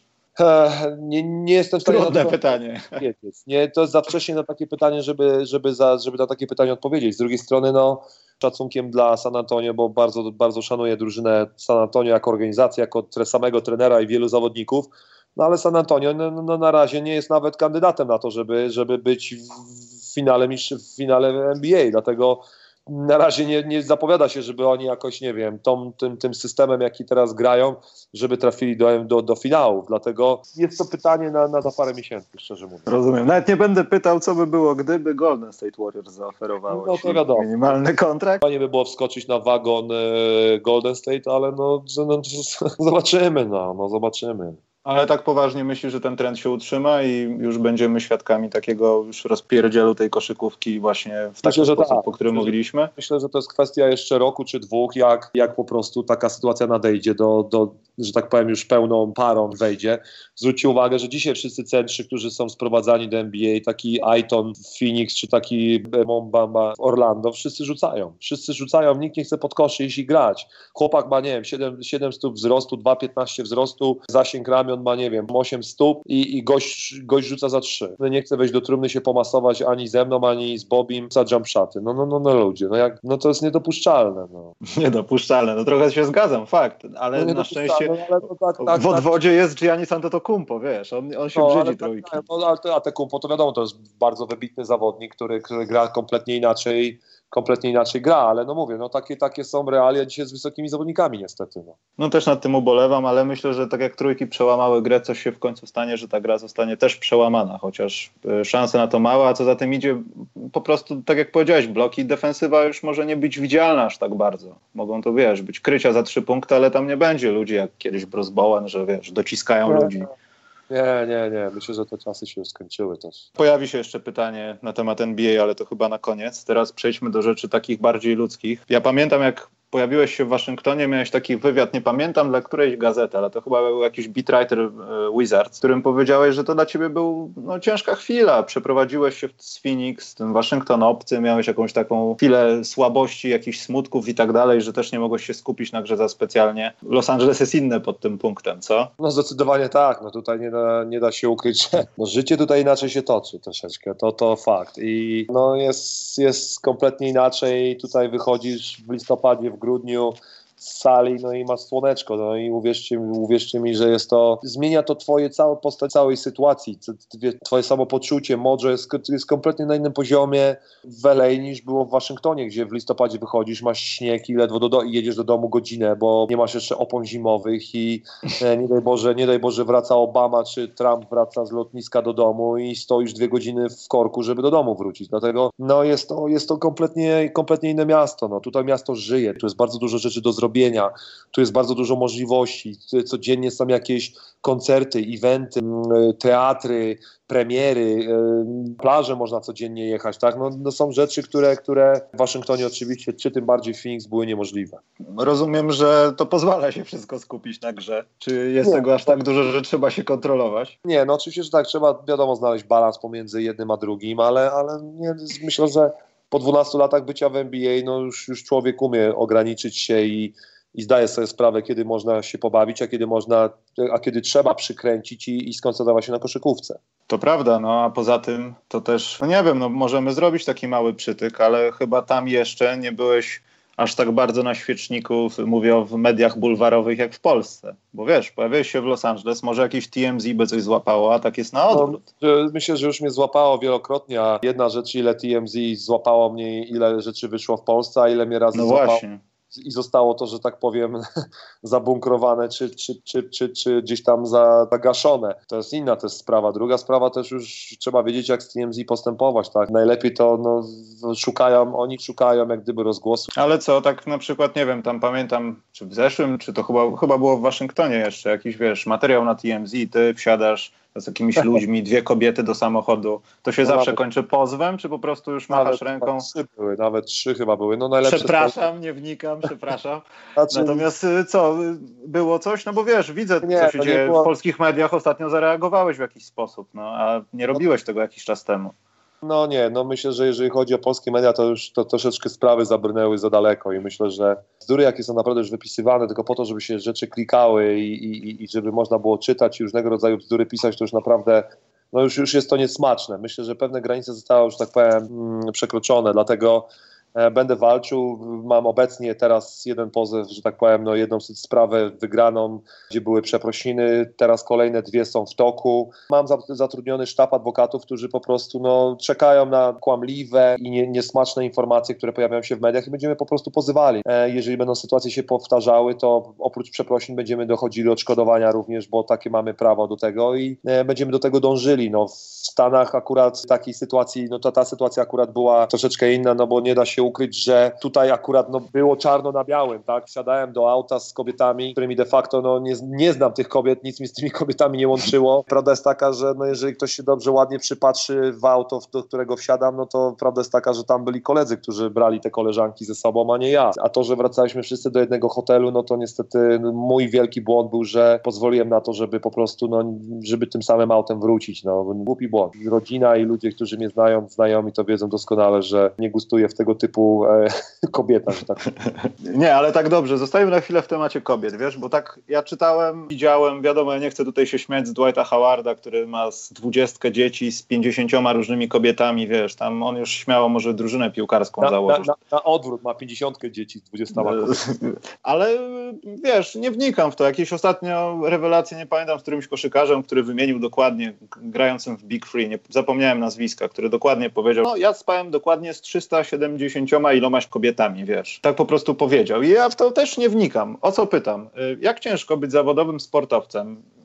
Nie, nie jestem w stanie Trudne na to pytanie. Nie, to jest za wcześnie na takie pytanie, żeby, żeby, za, żeby na takie pytanie odpowiedzieć. Z drugiej strony, no, szacunkiem dla San Antonio, bo bardzo, bardzo szanuję drużynę San Antonio jako organizację, jako tre, samego trenera i wielu zawodników, no ale San Antonio no, no, na razie nie jest nawet kandydatem na to, żeby, żeby być w finale, w finale N B A, dlatego na razie nie, nie zapowiada się, żeby oni jakoś, nie wiem, tą, tym, tym systemem, jaki teraz grają, żeby trafili do, do, do finałów. Dlatego jest to pytanie na, na za parę miesięcy, szczerze mówiąc. Rozumiem. Nawet nie będę pytał, co by było, gdyby Golden State Warriors zaoferowało no, to wiadomo. minimalny kontrakt. Fajnie by było wskoczyć na wagon e, Golden State, ale no, no zobaczymy, no, no zobaczymy. Ale tak poważnie myślisz, że ten trend się utrzyma i już będziemy świadkami takiego już rozpierdzielu tej koszykówki właśnie w taki Myślę, sposób, tak. o którym Myślę, mówiliśmy? Myślę, że to jest kwestia jeszcze roku czy dwóch, jak, jak po prostu taka sytuacja nadejdzie do, do, że tak powiem, już pełną parą wejdzie. Zwróćcie uwagę, że dzisiaj wszyscy centrzy, którzy są sprowadzani do N B A, taki Aiton w Phoenix czy taki Mombamba w Orlando, wszyscy rzucają. Wszyscy rzucają, nikt nie chce pod koszy iść i grać. Chłopak ma, nie wiem, siedem, siedem stóp wzrostu, dwa piętnaście wzrostu, zasięg ramion ma, nie wiem, osiem stóp i, i gość, gość rzuca za trzy. Nie chce wejść do trumny się pomasować ani ze mną, ani z Bobim za jump shoty. No, no, no, no ludzie, no, jak, no to jest niedopuszczalne. No. Niedopuszczalne, no trochę się zgadzam, fakt, ale no na szczęście ale to tak, tak, w odwodzie tak. jest Giannis Antetokounmpo, wiesz, on, on się no, brzydzi trójki. Tak, no, ale to Antetokounmpo to wiadomo, to jest bardzo wybitny zawodnik, który, który gra kompletnie inaczej, kompletnie inaczej gra, ale no mówię, no takie, takie są realia dzisiaj z wysokimi zawodnikami niestety. No. no też nad tym ubolewam, ale myślę, że tak jak trójki przełamały grę, coś się w końcu stanie, że ta gra zostanie też przełamana, chociaż y, szanse na to małe, a co za tym idzie, po prostu tak jak powiedziałeś, bloki, defensywa już może nie być widzialna aż tak bardzo. Mogą to, wiesz, być krycia za trzy punkty, ale tam nie będzie ludzi jak kiedyś Bruce Bowen, że wiesz, dociskają nie, ludzi. Nie, nie, nie. Myślę, że te czasy się już skończyły też. Pojawi się jeszcze pytanie na temat N B A, ale to chyba na koniec. Teraz przejdźmy do rzeczy takich bardziej ludzkich. Ja pamiętam, jak pojawiłeś się w Waszyngtonie, miałeś taki wywiad, nie pamiętam dla którejś gazety, ale to chyba był jakiś beatwriter e, Wizards, w którym powiedziałeś, że to dla ciebie był no, ciężka chwila. Przeprowadziłeś się z Phoenix, ten Waszyngton obcy, miałeś jakąś taką chwilę słabości, jakichś smutków i tak dalej, że też nie mogłeś się skupić na grze za specjalnie. Los Angeles jest inny pod tym punktem, co? No zdecydowanie tak, no tutaj nie da, nie da się ukryć, że no, życie tutaj inaczej się toczy troszeczkę, to, to fakt i no jest, jest kompletnie inaczej, tutaj wychodzisz w listopadzie, w grudniu z sali, no i masz słoneczko, no i uwierzcie mi, uwierzcie mi, że jest to, zmienia to twoje całe postać całej sytuacji, twoje samopoczucie, modże jest, jest kompletnie na innym poziomie w L A niż było w Waszyngtonie, gdzie w listopadzie wychodzisz, masz śnieg i ledwo do, do, i jedziesz do domu godzinę, bo nie masz jeszcze opon zimowych i e, nie daj Boże, nie daj Boże wraca Obama czy Trump wraca z lotniska do domu i stoisz dwie godziny w korku, żeby do domu wrócić, dlatego no jest to, jest to kompletnie, kompletnie inne miasto, no tutaj miasto żyje, tu jest bardzo dużo rzeczy do zrobienia, tu jest bardzo dużo możliwości, codziennie są jakieś koncerty, eventy, teatry, premiery, plaże można codziennie jechać, tak? No, no są rzeczy, które, które w Waszyngtonie oczywiście, czy tym bardziej w Phoenix były niemożliwe. Rozumiem, że to pozwala się wszystko skupić na grze. Czy jest Nie, tego aż tak dużo, że trzeba się kontrolować? Nie, no oczywiście, że tak, trzeba wiadomo znaleźć balans pomiędzy jednym a drugim, ale, ale nie, myślę, że po dwunastu latach bycia w N B A no już, już człowiek umie ograniczyć się i, i zdaje sobie sprawę, kiedy można się pobawić, a kiedy można, a kiedy trzeba przykręcić i, i skoncentrować się na koszykówce. To prawda, no a poza tym to też, no nie wiem, no możemy zrobić taki mały przytyk, ale chyba tam jeszcze nie byłeś aż tak bardzo na świeczniku, mówię o mediach bulwarowych jak w Polsce. Bo wiesz, pojawiłeś się w Los Angeles, może jakiś T M Z by coś złapało, a tak jest na odwrót. No, myślę, że już mnie złapało wielokrotnie, a jedna rzecz, ile T M Z złapało mnie, ile rzeczy wyszło w Polsce, a ile mnie razy No złapało. właśnie. I zostało to, że tak powiem, zabunkrowane czy, czy, czy, czy, czy gdzieś tam zagaszone. To jest inna też sprawa. Druga sprawa też już trzeba wiedzieć, jak z T M Z postępować. Tak? Najlepiej to no, szukają, oni szukają jak gdyby rozgłosu. Ale co, tak na przykład, nie wiem, tam pamiętam, czy w zeszłym, czy to chyba, chyba było w Waszyngtonie jeszcze, jakiś, wiesz, materiał na T M Z, ty wsiadasz z jakimiś ludźmi, dwie kobiety do samochodu. To się no zawsze nawet kończy pozwem, czy po prostu już machasz nawet ręką? Trzy były, nawet trzy chyba były. No najlepsze przepraszam, nie wnikam, przepraszam. Znaczy... Natomiast co, było coś? No bo wiesz, widzę, nie, co się dzieje było... w polskich mediach. Ostatnio zareagowałeś w jakiś sposób, no a nie robiłeś tego jakiś czas temu. No nie, no myślę, że jeżeli chodzi o polskie media, to już to troszeczkę sprawy zabrnęły za daleko i myślę, że bzdury jakie są naprawdę już wypisywane tylko po to, żeby się rzeczy klikały i, i, i żeby można było czytać i różnego rodzaju bzdury pisać, to już naprawdę no już, już jest to niesmaczne. Myślę, że pewne granice zostały już, tak powiem, mm, przekroczone, dlatego będę walczył. Mam obecnie teraz jeden pozew, że tak powiem, no jedną sprawę wygraną, gdzie były przeprosiny, teraz kolejne dwie są w toku. Mam zatrudniony sztab adwokatów, którzy po prostu no, czekają na kłamliwe i nie, niesmaczne informacje, które pojawiają się w mediach i będziemy po prostu pozywali. Jeżeli będą sytuacje się powtarzały, to oprócz przeprosin będziemy dochodzili do odszkodowania również, bo takie mamy prawo do tego i będziemy do tego dążyli. No, w Stanach akurat w takiej sytuacji, no to ta sytuacja akurat była troszeczkę inna, no bo nie da się ukryć, że tutaj akurat no, było czarno na białym, tak? Wsiadałem do auta z kobietami, którymi de facto no, nie, nie znam tych kobiet, nic mi z tymi kobietami nie łączyło. Prawda jest taka, że no, jeżeli ktoś się dobrze, ładnie przypatrzy w auto, do którego wsiadam, no to prawda jest taka, że tam byli koledzy, którzy brali te koleżanki ze sobą, a nie ja. A to, że wracaliśmy wszyscy do jednego hotelu, no to niestety no, mój wielki błąd był, że pozwoliłem na to, żeby po prostu, no, żeby tym samym autem wrócić. No, głupi błąd. Rodzina i ludzie, którzy mnie znają, znajomi, to wiedzą doskonale, że nie gustuję w tego typu e, kobietach. Tak. Nie, ale tak dobrze, zostajemy na chwilę w temacie kobiet, wiesz, bo tak ja czytałem, widziałem, wiadomo, ja nie chcę tutaj się śmiać z Dwighta Howarda, który ma z dwudziestkę dzieci z pięćdziesięcioma różnymi kobietami, wiesz, tam on już śmiało może drużynę piłkarską na, założyć. Na, na, na odwrót, ma pięćdziesiątkę dzieci z dwudziestoma kobietami. Ale wiesz, nie wnikam w to, jakieś ostatnio rewelacje, nie pamiętam, z którymś koszykarzem, który wymienił dokładnie, grającym w Big Free, nie, zapomniałem nazwiska, który dokładnie powiedział, no ja spałem dokładnie z trzysta siedemdziesięcioma ilomaś kobietami, wiesz. Tak po prostu powiedział. I ja w to też nie wnikam. O co pytam? Jak ciężko być zawodowym sportowcem?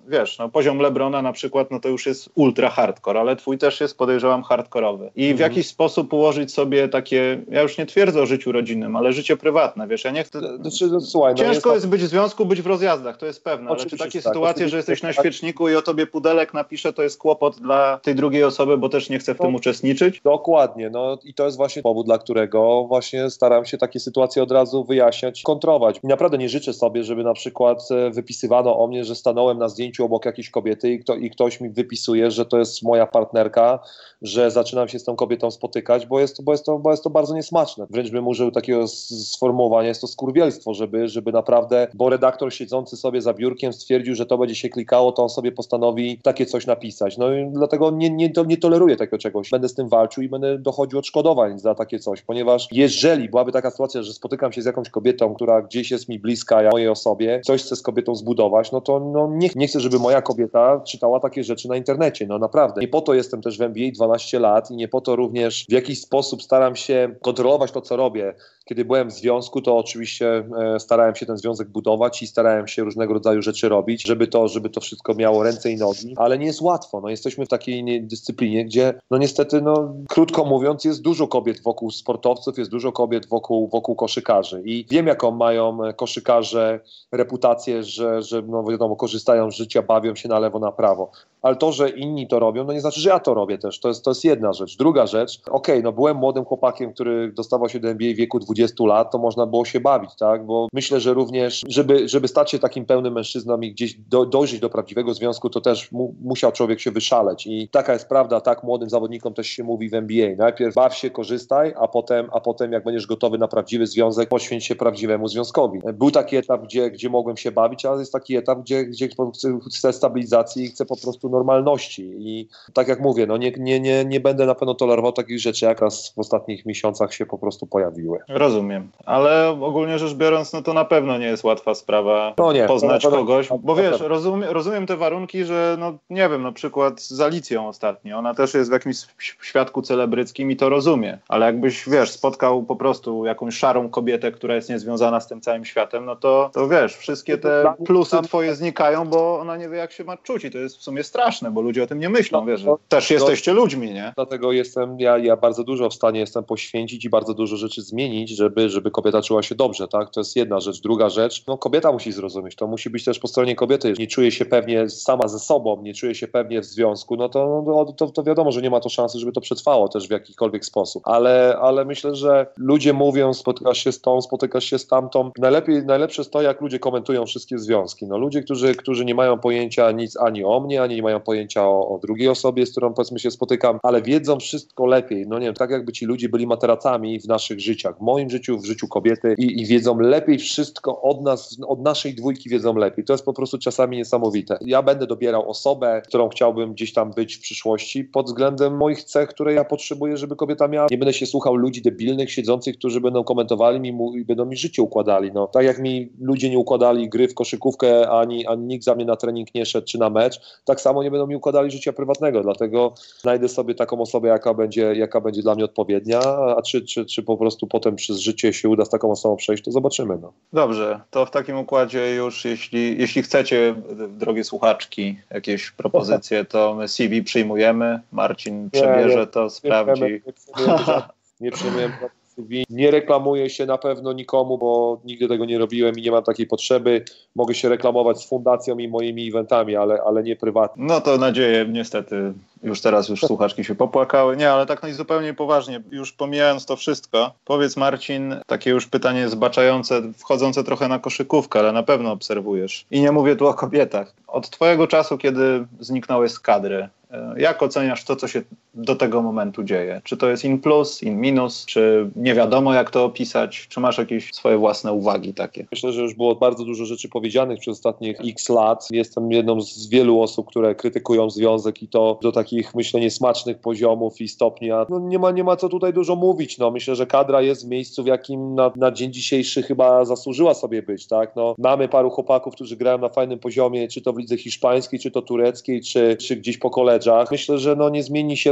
wiesz, no poziom LeBrona na przykład, no to już jest ultra hardcore, ale twój też jest, podejrzewam, hardkorowy. I w mhm. jakiś sposób ułożyć sobie takie, ja już nie twierdzę o życiu rodzinnym, ale życie prywatne, wiesz, ja nie chcę... Znaczy, no, słuchaj, no Ciężko jest, jest być w związku, być w rozjazdach, to jest pewne, ale Oczywiście, czy takie tak, sytuacje, że jesteś na świeczniku i o tobie pudelek napisze, to jest kłopot dla tej drugiej osoby, bo też nie chce w no, tym uczestniczyć? Dokładnie, no i to jest właśnie powód, dla którego właśnie staram się takie sytuacje od razu wyjaśniać, kontrować. I naprawdę nie życzę sobie, żeby na przykład wypisywano o mnie, że stanąłem na zdjęciu obok jakiejś kobiety i, kto, i ktoś mi wypisuje, że to jest moja partnerka, że zaczynam się z tą kobietą spotykać, bo jest to, bo jest to, bo jest to bardzo niesmaczne. Wręcz bym użył takiego sformułowania, jest to skurwielstwo, żeby, żeby naprawdę, bo redaktor siedzący sobie za biurkiem stwierdził, że to będzie się klikało, to on sobie postanowi takie coś napisać. No i dlatego nie, nie, nie toleruję takiego czegoś. Będę z tym walczył i będę dochodził odszkodowań za takie coś, ponieważ jeżeli byłaby taka sytuacja, że spotykam się z jakąś kobietą, która gdzieś jest mi bliska, ja mojej osobie, coś chcę z kobietą zbudować, no to no nie, nie chcę, żeby moja kobieta czytała takie rzeczy na internecie, no naprawdę. Nie po to jestem też w N B A dwanaście lat i nie po to również w jakiś sposób staram się kontrolować to, co robię. Kiedy byłem w związku, to oczywiście e, starałem się ten związek budować i starałem się różnego rodzaju rzeczy robić, żeby to, żeby to wszystko miało ręce i nogi, ale nie jest łatwo. No, jesteśmy w takiej dyscyplinie, gdzie no niestety, no, krótko mówiąc, jest dużo kobiet wokół sportowców, jest dużo kobiet wokół, wokół koszykarzy i wiem, jaką mają koszykarze reputację, że, że no wiadomo, korzystają z życia, bawią się na lewo, na prawo. Ale to, że inni to robią, no nie znaczy, że ja to robię też. To jest, to jest jedna rzecz. Druga rzecz, okej, okay, no byłem młodym chłopakiem, który dostawał się do N B A w wieku dwudziestu lat, to można było się bawić, tak? Bo myślę, że również, żeby, żeby stać się takim pełnym mężczyzną i gdzieś do, dojrzeć do prawdziwego związku, to też mu, musiał człowiek się wyszaleć. I taka jest prawda, tak młodym zawodnikom też się mówi w N B A. Najpierw baw się, korzystaj, a potem, a potem jak będziesz gotowy na prawdziwy związek, poświęć się prawdziwemu związkowi. Był taki etap, gdzie, gdzie mogłem się bawić, ale jest taki etap, gdzie, gdzie chcę stabilizacji i chcę po prostu normalności. I tak jak mówię, no nie, nie, nie, nie będę na pewno tolerował takich rzeczy, jak raz w ostatnich miesiącach się po prostu pojawiły. Rozumiem, ale ogólnie rzecz biorąc, no to na pewno nie jest łatwa sprawa no nie, poznać pewno, kogoś, bo wiesz, rozumiem, rozumiem te warunki, że no nie wiem, na przykład z Alicją ostatnio, ona też jest w jakimś świadku celebryckim i to rozumie, ale jakbyś, wiesz, spotkał po prostu jakąś szarą kobietę, która jest niezwiązana z tym całym światem, no to, to wiesz, wszystkie te plusy twoje znikają, bo ona nie wie, jak się ma czuć i to jest w sumie straszne, bo ludzie o tym nie myślą, wiesz, że też jesteście ludźmi, nie? Dlatego jestem, ja, ja bardzo dużo w stanie jestem poświęcić i bardzo dużo rzeczy zmienić, żeby, żeby kobieta czuła się dobrze, tak? To jest jedna rzecz. Druga rzecz, no kobieta musi zrozumieć, to musi być też po stronie kobiety. Jeżeli nie czuje się pewnie sama ze sobą, nie czuje się pewnie w związku, no to, no, to, to wiadomo, że nie ma to szansy, żeby to przetrwało też w jakikolwiek sposób. Ale, ale myślę, że ludzie mówią, spotykasz się z tą, spotykasz się z tamtą. Najlepiej, najlepsze jest to, jak ludzie komentują wszystkie związki. No ludzie, którzy, którzy nie mają pojęcia nic ani o mnie, ani nie mają pojęcia o, o drugiej osobie, z którą powiedzmy się spotykam, ale wiedzą wszystko lepiej. No nie wiem, tak jakby ci ludzie byli materacami w naszych życiach, w moim życiu, w życiu kobiety i, i wiedzą lepiej wszystko od nas, od naszej dwójki wiedzą lepiej. To jest po prostu czasami niesamowite. Ja będę dobierał osobę, którą chciałbym gdzieś tam być w przyszłości pod względem moich cech, które ja potrzebuję, żeby kobieta miała. Nie będę się słuchał ludzi debilnych, siedzących, którzy będą komentowali mi mu, i będą mi życie układali. No, tak jak mi ludzie nie układali gry w koszykówkę, ani, ani nikt za mnie na trening nie szedł, czy na mecz, tak samo nie będą mi układali życia prywatnego. Dlatego znajdę sobie taką osobę, jaka będzie, jaka będzie dla mnie odpowiednia, a czy, czy, czy po prostu potem przez życie się uda z taką osobą przejść, to zobaczymy. No. Dobrze, to w takim układzie już, jeśli, jeśli chcecie, drogie słuchaczki, jakieś propozycje, to my C V przyjmujemy, Marcin przebierze nie, nie, to, sprawdzi. Nie przyjmujemy, nie przyjmujemy C V. Nie reklamuję się na pewno nikomu, bo nigdy tego nie robiłem i nie mam takiej potrzeby. Mogę się reklamować z fundacją i moimi eventami, ale, ale nie prywatnie. No to nadzieję, niestety już teraz już słuchaczki się popłakały. Nie, ale tak no i zupełnie poważnie, już pomijając to wszystko, powiedz Marcin, takie już pytanie zbaczające, wchodzące trochę na koszykówkę, ale na pewno obserwujesz. I nie mówię tu o kobietach. Od twojego czasu, kiedy zniknąłeś z kadry, jak oceniasz to, co się do tego momentu dzieje? Czy to jest in plus, in minus, czy nie wiadomo, jak to opisać? Czy masz jakieś swoje własne uwagi takie? Myślę, że już było bardzo dużo rzeczy powiedzianych przez ostatnich x lat. Jestem jedną z wielu osób, które krytykują związek i to do takich, myślę, niesmacznych poziomów i stopni. A no nie ma, nie ma co tutaj dużo mówić. No, myślę, że kadra jest w miejscu, w jakim na, na dzień dzisiejszy chyba zasłużyła sobie być. Tak? No, mamy paru chłopaków, którzy grają na fajnym poziomie, czy to w lidze hiszpańskiej, czy to tureckiej, czy, czy gdzieś po koledze. Myślę, że no nie zmieni się to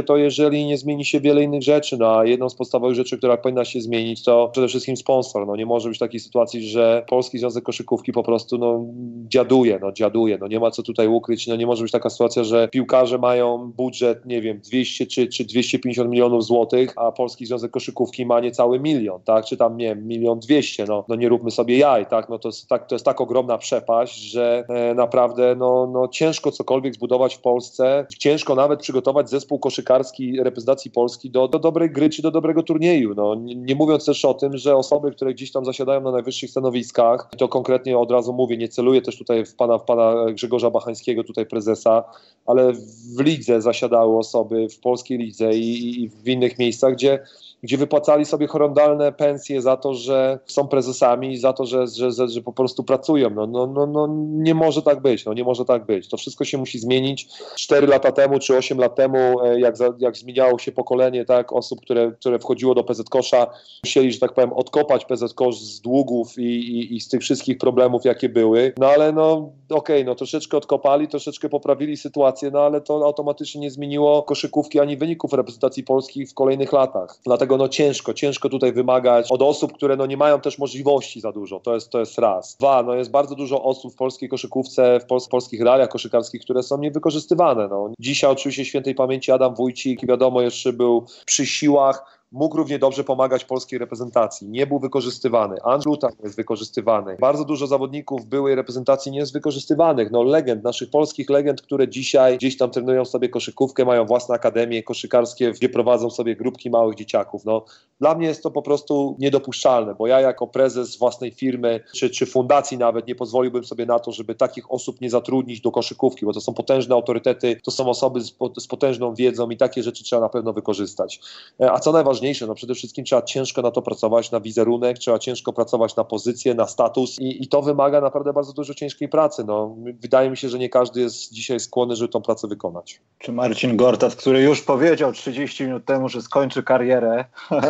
to jeżeli nie zmieni się wiele innych rzeczy, no a jedną z podstawowych rzeczy, która powinna się zmienić, to przede wszystkim sponsor. No nie może być takiej sytuacji, że Polski Związek Koszykówki po prostu no dziaduje, no dziaduje, no nie ma co tutaj ukryć, no nie może być taka sytuacja, że piłkarze mają budżet, nie wiem, dwieście czy, czy dwieście pięćdziesiąt milionów złotych, a Polski Związek Koszykówki ma niecały milion, tak, czy tam, nie wiem, milion dwieście, no, no nie róbmy sobie jaj, tak, no to jest tak, to jest tak ogromna przepaść, że e, naprawdę, no, no ciężko cokolwiek zbudować w Polsce, ciężko nawet przygotować zespół koszykarski reprezentacji Polski do, do dobrej gry, czy do dobrego turnieju, no, nie, nie mówiąc też o tym, że osoby, które gdzieś tam zasiadają na najwyższych stanowiskach, to konkretnie od razu mówię, nie celuję też tutaj w pana, w pana Grzegorza Bachańskiego, tutaj prezesa, ale w lidze zasiadały osoby, w polskiej lidze i, i w innych miejscach, gdzie gdzie wypłacali sobie horrendalne pensje za to, że są prezesami i za to, że, że, że, że po prostu pracują. No, no, no, no nie może tak być, no nie może tak być. To wszystko się musi zmienić. Cztery lata temu czy osiem lat temu, jak, za, jak zmieniało się pokolenie tak, osób, które, które wchodziło do P Z Kosza, musieli, że tak powiem, odkopać P Z Kosz z długów i, i, i z tych wszystkich problemów, jakie były. No ale no okej, okay, no troszeczkę odkopali, troszeczkę poprawili sytuację, no ale to automatycznie nie zmieniło koszykówki ani wyników reprezentacji Polski w kolejnych latach. Dlatego no ciężko, ciężko tutaj wymagać od osób, które no nie mają też możliwości za dużo, to jest, to jest raz. Dwa, no jest bardzo dużo osób w polskiej koszykówce, w pols- polskich realiach koszykarskich, które są niewykorzystywane. No. Dzisiaj oczywiście świętej pamięci Adam Wójcik, wiadomo, jeszcze był przy siłach, mógł równie dobrze pomagać polskiej reprezentacji. Nie był wykorzystywany. Andrzej Lutan jest wykorzystywany. Bardzo dużo zawodników byłej reprezentacji nie jest wykorzystywanych. No legend, naszych polskich legend, które dzisiaj gdzieś tam trenują sobie koszykówkę, mają własne akademie koszykarskie, gdzie prowadzą sobie grupki małych dzieciaków. No, dla mnie jest to po prostu niedopuszczalne, bo ja jako prezes własnej firmy, czy, czy fundacji nawet, nie pozwoliłbym sobie na to, żeby takich osób nie zatrudnić do koszykówki, bo to są potężne autorytety, to są osoby z, z potężną wiedzą i takie rzeczy trzeba na pewno wykorzystać. A co najważniejsze, no przede wszystkim trzeba ciężko na to pracować, na wizerunek, trzeba ciężko pracować na pozycję, na status i, i to wymaga naprawdę bardzo dużo ciężkiej pracy. No, wydaje mi się, że nie każdy jest dzisiaj skłonny, żeby tą pracę wykonać. Czy Marcin Gortat, który już powiedział trzydzieści minut temu, że skończy karierę,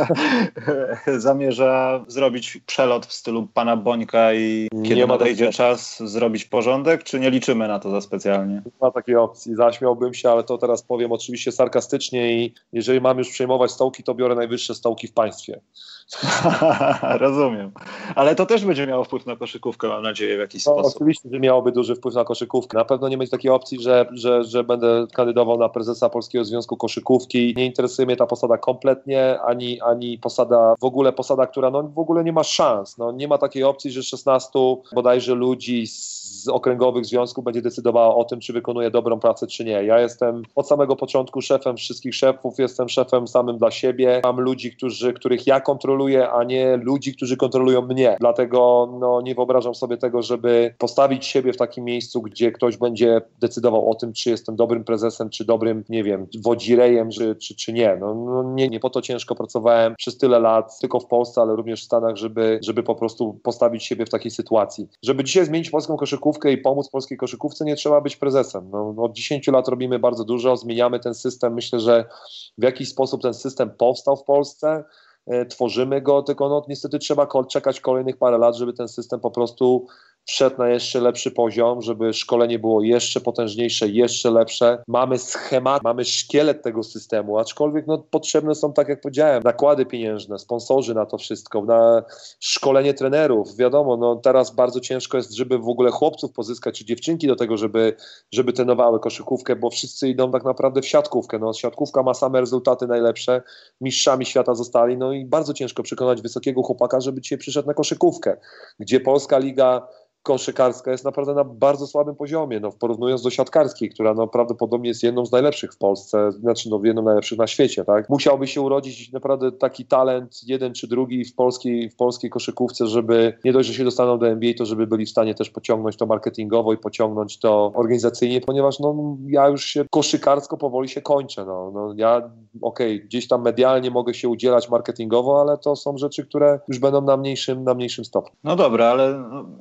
zamierza zrobić przelot w stylu pana Bońka i kiedy nie nadejdzie czas zrobić porządek, czy nie liczymy na to za specjalnie? Nie ma takiej opcji. Zaśmiałbym się, ale to teraz powiem oczywiście sarkastycznie i jeżeli mam już przejmować stołki, to biorę najwyższe stołki w państwie. Rozumiem. Ale to też będzie miało wpływ na koszykówkę, mam nadzieję, w jakiś no, sposób. Oczywiście, że miałoby duży wpływ na koszykówkę. Na pewno nie będzie takiej opcji, że, że, że będę kandydował na prezesa Polskiego Związku Koszykówki. Nie interesuje mnie ta posada kompletnie, ani, ani posada, w ogóle posada, która no, w ogóle nie ma szans. No, nie ma takiej opcji, że szesnastu bodajże ludzi z z okręgowych związków będzie decydowało o tym, czy wykonuje dobrą pracę, czy nie. Ja jestem od samego początku szefem wszystkich szefów, jestem szefem samym dla siebie. Mam ludzi, którzy, których ja kontroluję, a nie ludzi, którzy kontrolują mnie. Dlatego no, nie wyobrażam sobie tego, żeby postawić siebie w takim miejscu, gdzie ktoś będzie decydował o tym, czy jestem dobrym prezesem, czy dobrym, nie wiem, wodzirejem, czy, czy, czy nie. No, no nie, nie po to ciężko pracowałem przez tyle lat, tylko w Polsce, ale również w Stanach, żeby, żeby po prostu postawić siebie w takiej sytuacji. Żeby dzisiaj zmienić polską koszykówkę i pomóc polskiej koszykówce, nie trzeba być prezesem. No, od dziesięciu lat robimy bardzo dużo, zmieniamy ten system. Myślę, że w jakiś sposób ten system powstał w Polsce, e, tworzymy go, tylko no, niestety trzeba ko- czekać kolejnych parę lat, żeby ten system po prostu wszedł na jeszcze lepszy poziom, żeby szkolenie było jeszcze potężniejsze, jeszcze lepsze. Mamy schemat, mamy szkielet tego systemu, aczkolwiek no, potrzebne są, tak jak powiedziałem, nakłady pieniężne, sponsorzy na to wszystko, na szkolenie trenerów. Wiadomo, no, teraz bardzo ciężko jest, żeby w ogóle chłopców pozyskać, czy dziewczynki do tego, żeby, żeby trenowały koszykówkę, bo wszyscy idą tak naprawdę w siatkówkę. No, siatkówka ma same rezultaty najlepsze, mistrzami świata zostali, no i bardzo ciężko przekonać wysokiego chłopaka, żeby dzisiaj przyszedł na koszykówkę, gdzie polska liga koszykarska jest naprawdę na bardzo słabym poziomie, no, porównując do siatkarskiej, która no, prawdopodobnie jest jedną z najlepszych w Polsce, znaczy no, jedną z najlepszych na świecie, tak? Musiałby się urodzić naprawdę taki talent, jeden czy drugi w polskiej, w polskiej koszykówce, żeby nie dość, że się dostaną do N B A, to żeby byli w stanie też pociągnąć to marketingowo i pociągnąć to organizacyjnie, ponieważ no, ja już się koszykarsko powoli się kończę, no, no ja okej, okay, gdzieś tam medialnie mogę się udzielać marketingowo, ale to są rzeczy, które już będą na mniejszym, na mniejszym stopniu. No dobra, ale no, wiesz, to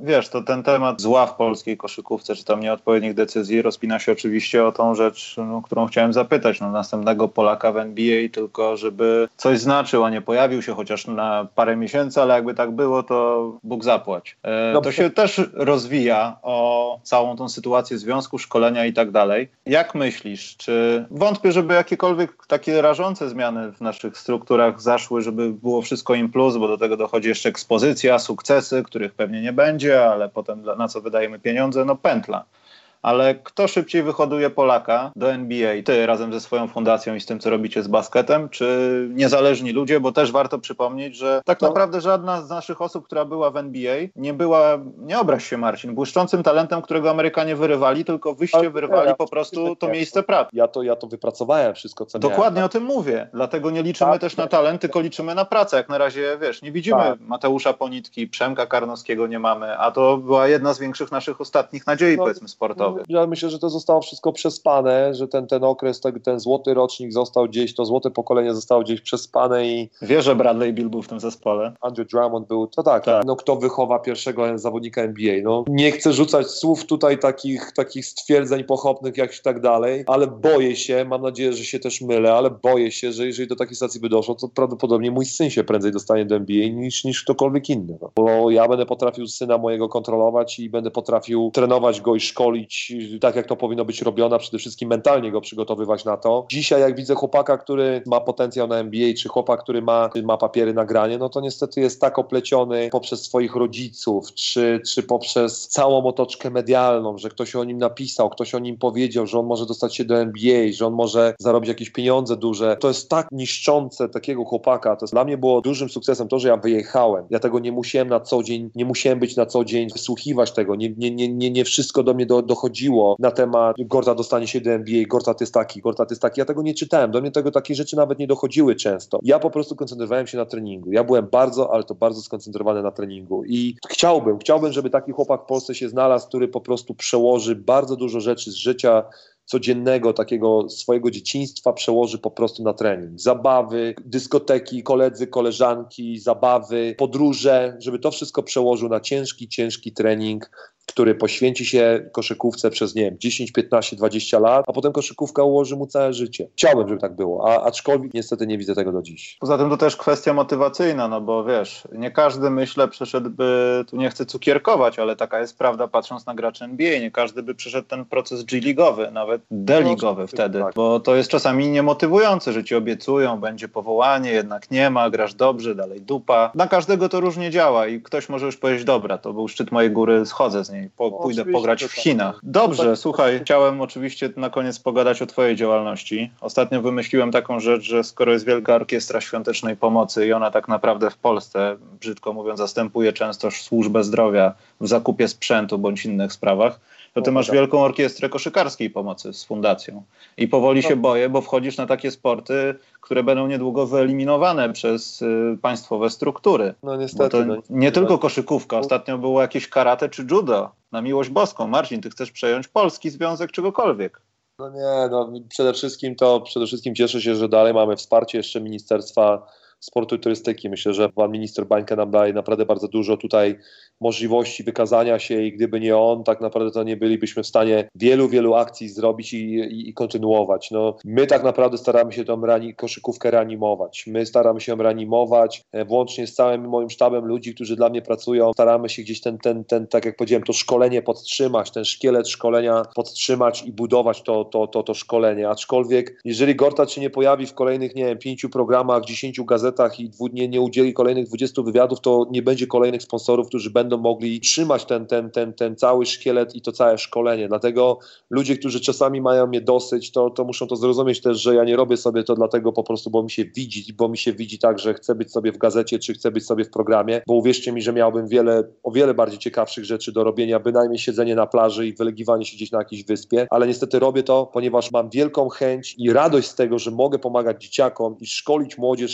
ten temat zła w polskiej koszykówce, czy tam nieodpowiednich decyzji rozpina się oczywiście o tą rzecz, no, którą chciałem zapytać. No, następnego Polaka w N B A, tylko żeby coś znaczył, a nie pojawił się chociaż na parę miesięcy, ale jakby tak było, to Bóg zapłać. E, no, to się też rozwija o całą tą sytuację związku, szkolenia i tak dalej. Jak myślisz, czy wątpię, żeby jakiekolwiek takie rażące zmiany w naszych strukturach zaszły, żeby było wszystko in plus, bo do tego dochodzi jeszcze ekspozycja, sukcesy, których pewnie nie będzie, ale potem na co wydajemy pieniądze, no pętla. Ale kto szybciej wyhoduje Polaka do N B A? Ty razem ze swoją fundacją i z tym, co robicie z basketem, czy niezależni ludzie? Bo też warto przypomnieć, że tak naprawdę żadna z naszych osób, która była w N B A, nie była, nie obraź się Marcin, błyszczącym talentem, którego Amerykanie wyrywali, tylko wyście wyrywali po prostu to miejsce pracy. Ja to, ja to wypracowałem wszystko, co miałem. Dokładnie o tym mówię. Dlatego nie liczymy tak, też na talent, tylko liczymy na pracę. Jak na razie, wiesz, nie widzimy tak. Mateusza Ponitki, Przemka Karnowskiego nie mamy, a to była jedna z większych naszych ostatnich nadziei, no, powiedzmy, sportowych. Ja myślę, że to zostało wszystko przespane, że ten, ten okres, ten, ten złoty rocznik został gdzieś, to złote pokolenie zostało gdzieś przespane i... Wiesz, że Bradley Beal był w tym zespole. Andrew Drummond był, to tak, tak. No kto wychowa pierwszego zawodnika N B A, no. Nie chcę rzucać słów tutaj takich, takich stwierdzeń pochopnych jak i tak dalej, ale boję się, mam nadzieję, że się też mylę, ale boję się, że jeżeli do takiej sytuacji by doszło, to prawdopodobnie mój syn się prędzej dostanie do N B A niż, niż ktokolwiek inny. No. Bo ja będę potrafił syna mojego kontrolować i będę potrafił trenować go i szkolić tak, jak to powinno być robione, przede wszystkim mentalnie go przygotowywać na to. Dzisiaj jak widzę chłopaka, który ma potencjał na N B A, czy chłopak, który ma, ma papiery na granie, no to niestety jest tak opleciony poprzez swoich rodziców, czy, czy poprzez całą otoczkę medialną, że ktoś o nim napisał, ktoś o nim powiedział, że on może dostać się do N B A, że on może zarobić jakieś pieniądze duże. To jest tak niszczące takiego chłopaka. To jest, dla mnie było dużym sukcesem to, że ja wyjechałem. Ja tego nie musiałem na co dzień, nie musiałem być na co dzień, wysłuchiwać tego. Nie, nie, nie, nie, nie wszystko do mnie do, dochodziło na temat Gortat dostanie się do N B A, Gortat jest taki, Gortat jest taki. Ja tego nie czytałem. Do mnie tego takie rzeczy nawet nie dochodziły często. Ja po prostu koncentrowałem się na treningu. Ja byłem bardzo, ale to bardzo skoncentrowany na treningu i chciałbym, chciałbym, żeby taki chłopak w Polsce się znalazł, który po prostu przełoży bardzo dużo rzeczy z życia codziennego, takiego swojego dzieciństwa przełoży po prostu na trening. Zabawy, dyskoteki, koledzy, koleżanki, zabawy, podróże, żeby to wszystko przełożył na ciężki, ciężki trening, który poświęci się koszykówce przez, nie wiem, dziesięć, piętnaście, dwadzieścia lat, a potem koszykówka ułoży mu całe życie. Chciałbym, żeby tak było, a aczkolwiek niestety nie widzę tego do dziś. Poza tym to też kwestia motywacyjna, no bo wiesz, nie każdy, myślę, przeszedłby, tu nie chcę cukierkować, ale taka jest prawda, patrząc na graczy N B A, nie każdy by przeszedł ten proces G-ligowy, nawet D-ligowy no, wtedy, tak. Bo to jest czasami niemotywujące, że ci obiecują, będzie powołanie, jednak nie ma, grasz dobrze, dalej dupa. Na każdego to różnie działa i ktoś może już powiedzieć, dobra, to był szczyt mojej góry, schodzę z niej. Po, pójdę pograć w Chinach. Dobrze, słuchaj, chciałem oczywiście na koniec pogadać o twojej działalności. Ostatnio wymyśliłem taką rzecz, że skoro jest Wielka Orkiestra Świątecznej Pomocy i ona tak naprawdę w Polsce, brzydko mówiąc, zastępuje często służbę zdrowia w zakupie sprzętu bądź innych sprawach, to ty masz Wielką Orkiestrę Koszykarskiej Pomocy z fundacją. I powoli się boję, bo wchodzisz na takie sporty, które będą niedługo wyeliminowane przez y, państwowe struktury. No niestety. Bo to no, nie tylko koszykówka. Ostatnio było jakieś karate czy judo. Na miłość boską. Marcin, ty chcesz przejąć polski związek czegokolwiek. No nie, no przede wszystkim to, przede wszystkim cieszę się, że dalej mamy wsparcie jeszcze Ministerstwa Sportu i Turystyki. Myślę, że pan minister Bańka nam daje naprawdę bardzo dużo tutaj możliwości wykazania się i gdyby nie on, tak naprawdę to nie bylibyśmy w stanie wielu, wielu akcji zrobić i, i, i kontynuować. No, my tak naprawdę staramy się tą rani- koszykówkę reanimować. My staramy się ją reanimować, e, włącznie z całym moim sztabem ludzi, którzy dla mnie pracują. Staramy się gdzieś ten, ten, ten tak jak powiedziałem, to szkolenie podtrzymać, ten szkielet szkolenia podtrzymać i budować to, to, to, to szkolenie. Aczkolwiek, jeżeli Gortat się nie pojawi w kolejnych, nie wiem, pięciu programach, dziesięciu gazetach i dwu, nie, nie udzieli kolejnych dwudziestu wywiadów, to nie będzie kolejnych sponsorów, którzy będą mogli trzymać ten, ten, ten, ten cały szkielet i to całe szkolenie. Dlatego ludzie, którzy czasami mają mnie dosyć, to, to muszą to zrozumieć też, że ja nie robię sobie to dlatego po prostu, bo mi się widzi, bo mi się widzi tak, że chcę być sobie w gazecie, czy chcę być sobie w programie, bo uwierzcie mi, że miałbym wiele, o wiele bardziej ciekawszych rzeczy do robienia, bynajmniej siedzenie na plaży i wylegiwanie się gdzieś na jakiejś wyspie, ale niestety robię to, ponieważ mam wielką chęć i radość z tego, że mogę pomagać dzieciakom i szkolić młodzież w Polsce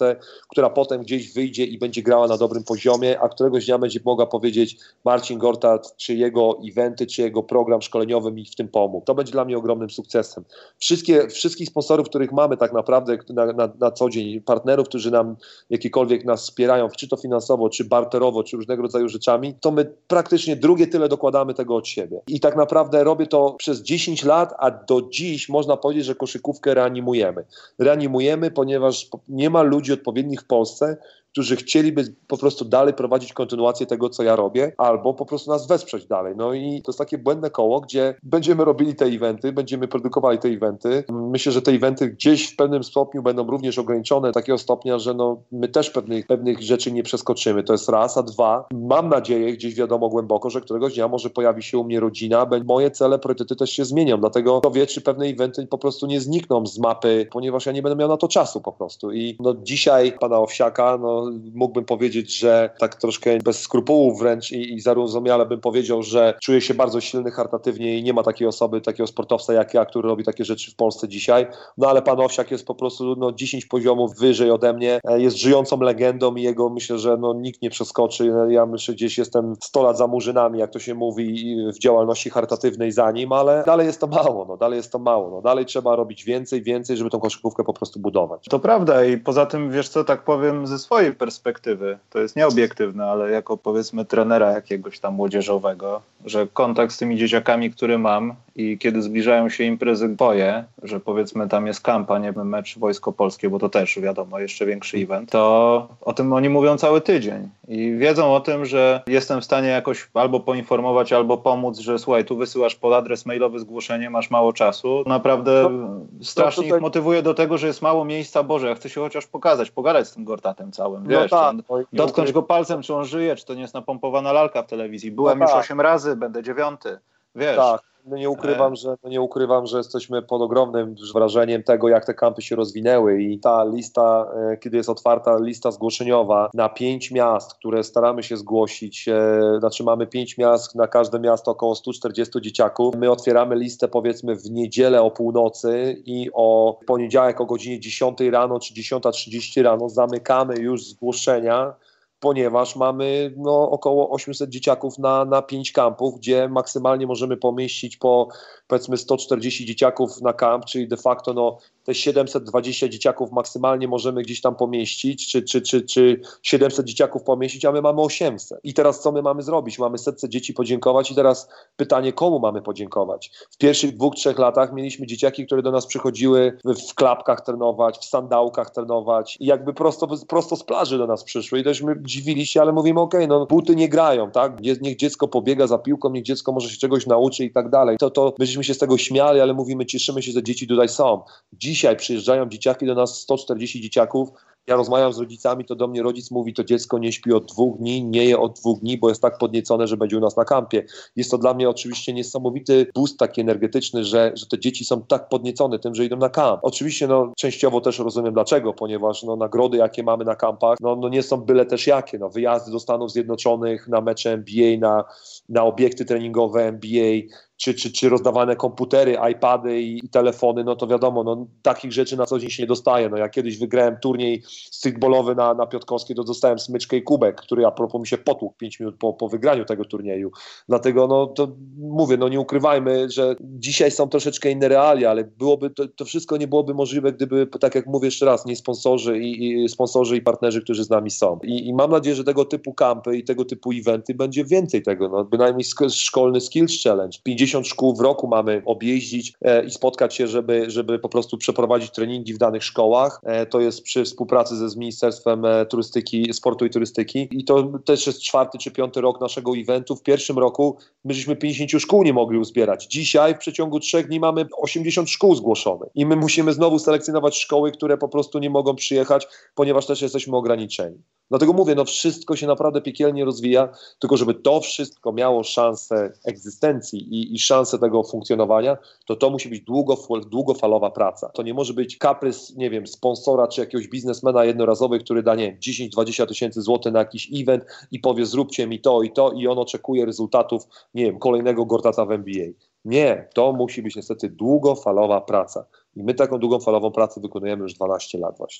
osobę, która potem gdzieś wyjdzie i będzie grała na dobrym poziomie, a któregoś dnia będzie mogła powiedzieć Marcin Gortat, czy jego eventy, czy jego program szkoleniowy mi w tym pomógł. To będzie dla mnie ogromnym sukcesem. Wszystkie, wszystkich sponsorów, których mamy tak naprawdę na, na, na co dzień, partnerów, którzy nam jakiekolwiek nas wspierają, czy to finansowo, czy barterowo, czy różnego rodzaju rzeczami, to my praktycznie drugie tyle dokładamy tego od siebie. I tak naprawdę robię to przez dziesięć lat, a do dziś można powiedzieć, że koszykówkę reanimujemy. Reanimujemy, ponieważ nie ma ludzi odpowiednich w Polsce, którzy chcieliby po prostu dalej prowadzić kontynuację tego, co ja robię, albo po prostu nas wesprzeć dalej. No i to jest takie błędne koło, gdzie będziemy robili te eventy, będziemy produkowali te eventy. Myślę, że te eventy gdzieś w pewnym stopniu będą również ograniczone do takiego stopnia, że no, my też pewnych, pewnych rzeczy nie przeskoczymy. To jest raz, a dwa, mam nadzieję, gdzieś wiadomo głęboko, że któregoś dnia może pojawi się u mnie rodzina, moje cele, priorytety też się zmienią. Dlatego kto wie, czy pewne eventy po prostu nie znikną z mapy, ponieważ ja nie będę miał na to czasu po prostu. I no dzisiaj pana Owsiaka, no mógłbym powiedzieć, że tak troszkę bez skrupułów wręcz i, i zarozumiale bym powiedział, że czuję się bardzo silny charytatywnie i nie ma takiej osoby, takiego sportowca jak ja, który robi takie rzeczy w Polsce dzisiaj. No ale pan Owsiak jest po prostu no, dziesięć poziomów wyżej ode mnie, jest żyjącą legendą i jego myślę, że no, nikt nie przeskoczy. Ja myślę, gdzieś jestem sto lat za murzynami, jak to się mówi, w działalności charytatywnej za nim, ale dalej jest to mało, no, dalej jest to mało. No, dalej trzeba robić więcej, więcej, żeby tą koszykówkę po prostu budować. To prawda i poza tym, wiesz co, tak powiem ze swojej perspektywy, to jest nieobiektywne, ale jako powiedzmy trenera jakiegoś tam młodzieżowego, że kontakt z tymi dzieciakami, które mam i kiedy zbliżają się imprezy boje, że powiedzmy tam jest kampa, nie wiem, mecz Wojsko Polskie, bo to też wiadomo, jeszcze większy event, to o tym oni mówią cały tydzień i wiedzą o tym, że jestem w stanie jakoś albo poinformować, albo pomóc, że słuchaj, tu wysyłasz pod adres mailowy zgłoszenie, masz mało czasu. Naprawdę no, strasznie no, ich motywuje do tego, że jest mało miejsca. Boże, ja chcę się chociaż pokazać, pogadać z tym Gortatem całym, wiesz, no tak, on, dotknąć go palcem, czy on żyje, czy to nie jest napompowana lalka w telewizji. Byłem no już tak. osiem razy, będę dziewiąty, wiesz. Tak. No nie ukrywam, że, no nie ukrywam, że jesteśmy pod ogromnym wrażeniem tego, jak te kampy się rozwinęły i ta lista, e, kiedy jest otwarta lista zgłoszeniowa na pięć miast, które staramy się zgłosić, e, znaczy mamy pięć miast, na każde miasto około sto czterdzieści dzieciaków. My otwieramy listę powiedzmy w niedzielę o północy i o poniedziałek o godzinie dziesiątej rano czy dziesiąta trzydzieści rano zamykamy już zgłoszenia, ponieważ mamy no, około osiemset dzieciaków na, na pięć kampów, gdzie maksymalnie możemy pomieścić po powiedzmy sto czterdzieści dzieciaków na kamp, czyli de facto no, te siedemset dwadzieścia dzieciaków maksymalnie możemy gdzieś tam pomieścić, czy, czy, czy, czy siedemset dzieciaków pomieścić, a my mamy osiemset. I teraz co my mamy zrobić? Mamy setce dzieci podziękować i teraz pytanie, komu mamy podziękować? W pierwszych dwóch, trzech latach mieliśmy dzieciaki, które do nas przychodziły w, w klapkach trenować, w sandałkach trenować i jakby prosto, prosto z plaży do nas przyszły i tośmy dziwili się, ale mówimy okej, okay, no buty nie grają, tak? Niech dziecko pobiega za piłką, niech dziecko może się czegoś nauczy i tak dalej. To, to myśmy się z tego śmiali, ale mówimy, cieszymy się, że dzieci tutaj są. Dzisiaj przyjeżdżają dzieciaki do nas, sto czterdzieści dzieciaków. Ja rozmawiam z rodzicami, to do mnie rodzic mówi, to dziecko nie śpi od dwóch dni, nie je od dwóch dni, bo jest tak podniecone, że będzie u nas na kampie. Jest to dla mnie oczywiście niesamowity boost taki energetyczny, że, że te dzieci są tak podniecone tym, że idą na kamp. Oczywiście no, częściowo też rozumiem dlaczego, ponieważ no, nagrody, jakie mamy na kampach, no, no nie są byle też jakie. No, wyjazdy do Stanów Zjednoczonych, na mecze N B A, na, na obiekty treningowe N B A, Czy, czy, czy rozdawane komputery, iPady i, i telefony, no to wiadomo, no, takich rzeczy na co dzień się nie dostaje. No, ja kiedyś wygrałem turniej streetballowy na, na Piotrkowskiej, to dostałem smyczkę i kubek, który a propos mi się potłukł pięć minut po, po wygraniu tego turnieju. Dlatego no to mówię, no nie ukrywajmy, że dzisiaj są troszeczkę inne realia, ale byłoby to, to wszystko nie byłoby możliwe, gdyby, tak jak mówię jeszcze raz, nie sponsorzy i, i sponsorzy i partnerzy, którzy z nami są. I, I mam nadzieję, że tego typu kampy i tego typu eventy będzie więcej tego, no bynajmniej szkolny Skills Challenge. pięćdziesiąt szkół w roku mamy objeździć e, i spotkać się, żeby, żeby po prostu przeprowadzić treningi w danych szkołach. E, to jest przy współpracy ze z Ministerstwem e, Turystyki, Sportu i Turystyki. I to też jest czwarty czy piąty rok naszego eventu. W pierwszym roku my żeśmy pięćdziesiąt szkół nie mogli uzbierać. Dzisiaj w przeciągu trzech dni mamy osiemdziesiąt szkół zgłoszonych. I my musimy znowu selekcjonować szkoły, które po prostu nie mogą przyjechać, ponieważ też jesteśmy ograniczeni. Dlatego mówię, no wszystko się naprawdę piekielnie rozwija, tylko żeby to wszystko miało szansę egzystencji i, i szansę tego funkcjonowania, to to musi być długo, długofalowa praca. To nie może być kaprys, nie wiem, sponsora czy jakiegoś biznesmena jednorazowy, który da, nie wiem, dziesięć dwadzieścia tysięcy złotych na jakiś event i powie zróbcie mi to i to i on oczekuje rezultatów, nie wiem, kolejnego Gortata w N B A. Nie, to musi być niestety długofalowa praca. I my taką długofalową pracę wykonujemy już dwanaście lat właśnie.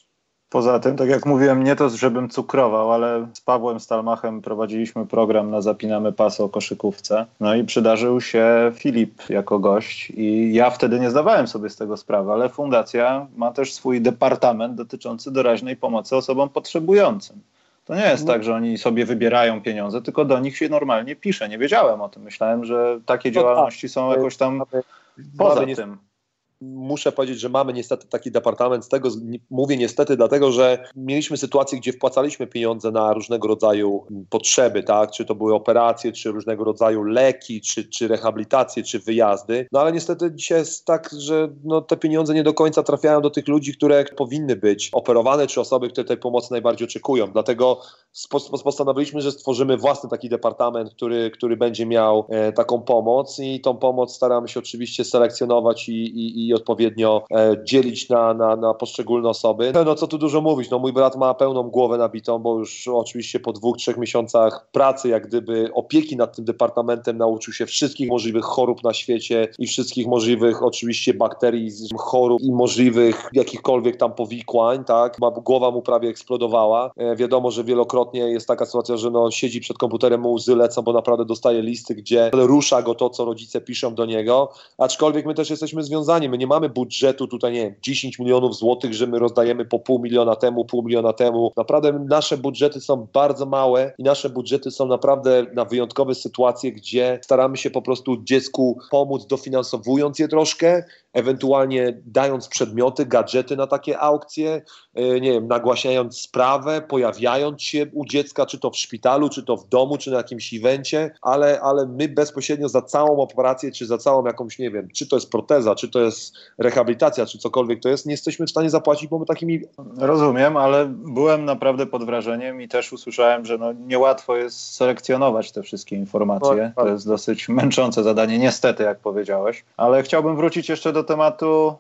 Poza tym, tak jak mówiłem, nie to, żebym cukrował, ale z Pawłem Stalmachem prowadziliśmy program na Zapinamy Pasy o koszykówce. No i przydarzył się Filip jako gość i ja wtedy nie zdawałem sobie z tego sprawy, ale fundacja ma też swój departament dotyczący doraźnej pomocy osobom potrzebującym. To nie jest no. tak, że oni sobie wybierają pieniądze, tylko do nich się normalnie pisze. Nie wiedziałem o tym. Myślałem, że takie działalności no tak. są jakoś tam mamy, poza mamy tym. Muszę powiedzieć, że mamy niestety taki departament. Z tego mówię niestety, dlatego że mieliśmy sytuację, gdzie wpłacaliśmy pieniądze na różnego rodzaju potrzeby, tak? Czy to były operacje, czy różnego rodzaju leki, czy, czy rehabilitacje, czy wyjazdy. No ale niestety dzisiaj jest tak, że no, te pieniądze nie do końca trafiają do tych ludzi, które powinny być operowane, czy osoby, które tej pomocy najbardziej oczekują. Dlatego postanowiliśmy, że stworzymy własny taki departament, który, który będzie miał e, taką pomoc i tą pomoc staramy się oczywiście selekcjonować i, i, i odpowiednio e, dzielić na, na, na poszczególne osoby. No co tu dużo mówić, no mój brat ma pełną głowę nabitą, bo już oczywiście po dwóch, trzech miesiącach pracy, jak gdyby opieki nad tym departamentem nauczył się wszystkich możliwych chorób na świecie i wszystkich możliwych oczywiście bakterii, chorób i możliwych jakichkolwiek tam powikłań, tak? Głowa mu prawie eksplodowała. E, wiadomo, że wielokrotnie jest taka sytuacja, że no, siedzi przed komputerem, mu łzy lecą, bo naprawdę dostaje listy, gdzie rusza go to, co rodzice piszą do niego, aczkolwiek my też jesteśmy związani, my nie mamy budżetu tutaj, nie wiem, dziesięć milionów złotych, że my rozdajemy po pół miliona temu, pół miliona temu. Naprawdę nasze budżety są bardzo małe i nasze budżety są naprawdę na wyjątkowe sytuacje, gdzie staramy się po prostu dziecku pomóc, dofinansowując je troszkę, ewentualnie dając przedmioty, gadżety na takie aukcje, nie wiem, nagłaśniając sprawę, pojawiając się u dziecka, czy to w szpitalu, czy to w domu, czy na jakimś evencie, ale, ale my bezpośrednio za całą operację, czy za całą jakąś, nie wiem, czy to jest proteza, czy to jest rehabilitacja, czy cokolwiek to jest, nie jesteśmy w stanie zapłacić, bo my takimi... Rozumiem, ale byłem naprawdę pod wrażeniem i też usłyszałem, że no niełatwo jest selekcjonować te wszystkie informacje. No, to jest dosyć męczące zadanie, niestety, jak powiedziałeś. Ale chciałbym wrócić jeszcze do tematu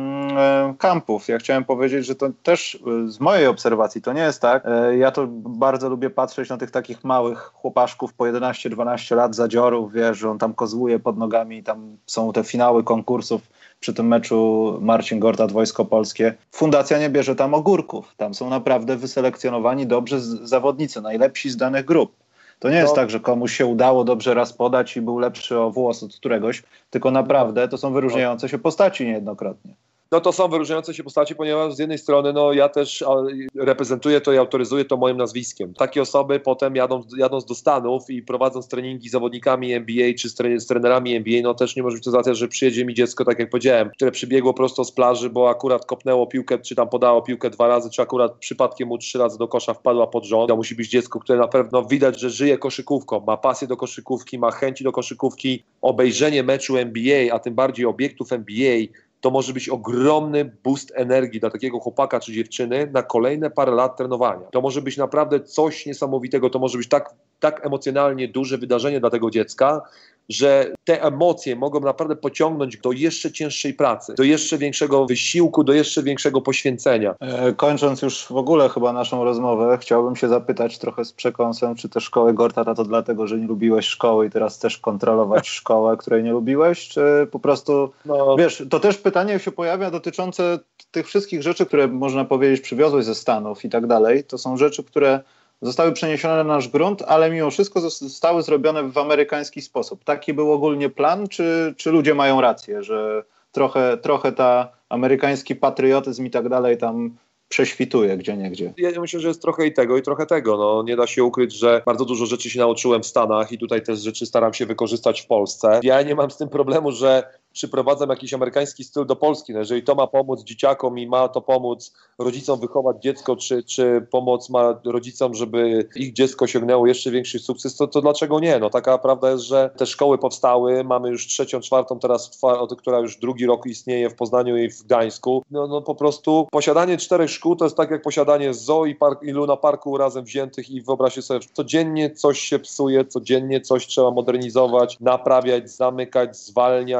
mm, kampów. Ja chciałem powiedzieć, że to też z mojej obserwacji to nie jest tak. Ja to bardzo lubię patrzeć na tych takich małych chłopaszków po jedenaście dwanaście lat, zadziorów, wiesz, że on tam kozłuje pod nogami i tam są te finały konkursów. Przy tym meczu Marcin Gortat, Wojsko Polskie. Fundacja nie bierze tam ogórków. Tam są naprawdę wyselekcjonowani dobrze zawodnicy, najlepsi z danych grup. To nie jest no. tak, że komuś się udało dobrze raz podać i był lepszy o włos od któregoś, tylko naprawdę to są wyróżniające się postaci niejednokrotnie. No to są wyróżniające się postaci, ponieważ z jednej strony no ja też reprezentuję to i autoryzuję to moim nazwiskiem. Takie osoby potem jadą, jadąc do Stanów i prowadząc treningi z zawodnikami N B A czy z, tre- z trenerami N B A, no też nie może być to sytuacja, że przyjedzie mi dziecko, tak jak powiedziałem, które przybiegło prosto z plaży, bo akurat kopnęło piłkę, czy tam podało piłkę dwa razy, czy akurat przypadkiem mu trzy razy do kosza wpadła pod rząd. To musi być dziecko, które na pewno widać, że żyje koszykówką, ma pasję do koszykówki, ma chęci do koszykówki. Obejrzenie meczu N B A, a tym bardziej obiektów N B A, to może być ogromny boost energii dla takiego chłopaka czy dziewczyny na kolejne parę lat trenowania. To może być naprawdę coś niesamowitego, to może być tak, tak emocjonalnie duże wydarzenie dla tego dziecka, że te emocje mogą naprawdę pociągnąć do jeszcze cięższej pracy, do jeszcze większego wysiłku, do jeszcze większego poświęcenia. E, kończąc już w ogóle chyba naszą rozmowę, chciałbym się zapytać trochę z przekąsem, czy te szkoły Gortata to dlatego, że nie lubiłeś szkoły i teraz chcesz kontrolować szkołę, której nie lubiłeś, czy po prostu, no. wiesz, to też pytanie się pojawia dotyczące tych wszystkich rzeczy, które można powiedzieć przywiozłeś ze Stanów i tak dalej. To są rzeczy, które zostały przeniesione na nasz grunt, ale mimo wszystko zostały zrobione w amerykański sposób. Taki był ogólnie plan, czy, czy ludzie mają rację, że trochę, trochę ta amerykański patriotyzm i tak dalej tam prześwituje gdzieniegdzie? Ja myślę, że jest trochę i tego, i trochę tego. No, nie da się ukryć, że bardzo dużo rzeczy się nauczyłem w Stanach i tutaj te rzeczy staram się wykorzystać w Polsce. Ja nie mam z tym problemu, że przyprowadzam jakiś amerykański styl do Polski. No, jeżeli to ma pomóc dzieciakom i ma to pomóc rodzicom wychować dziecko, czy, czy pomoc ma rodzicom, żeby ich dziecko osiągnęło jeszcze większy sukces, to, to dlaczego nie? No, taka prawda jest, że te szkoły powstały, mamy już trzecią, czwartą teraz, która już drugi rok istnieje w Poznaniu i w Gdańsku. No, no po prostu posiadanie czterech szkół to jest tak jak posiadanie zoo i, park, i Luna Parku razem wziętych i wyobraźcie sobie, codziennie coś się psuje, codziennie coś trzeba modernizować, naprawiać, zamykać, zwalniać, zatrudniać,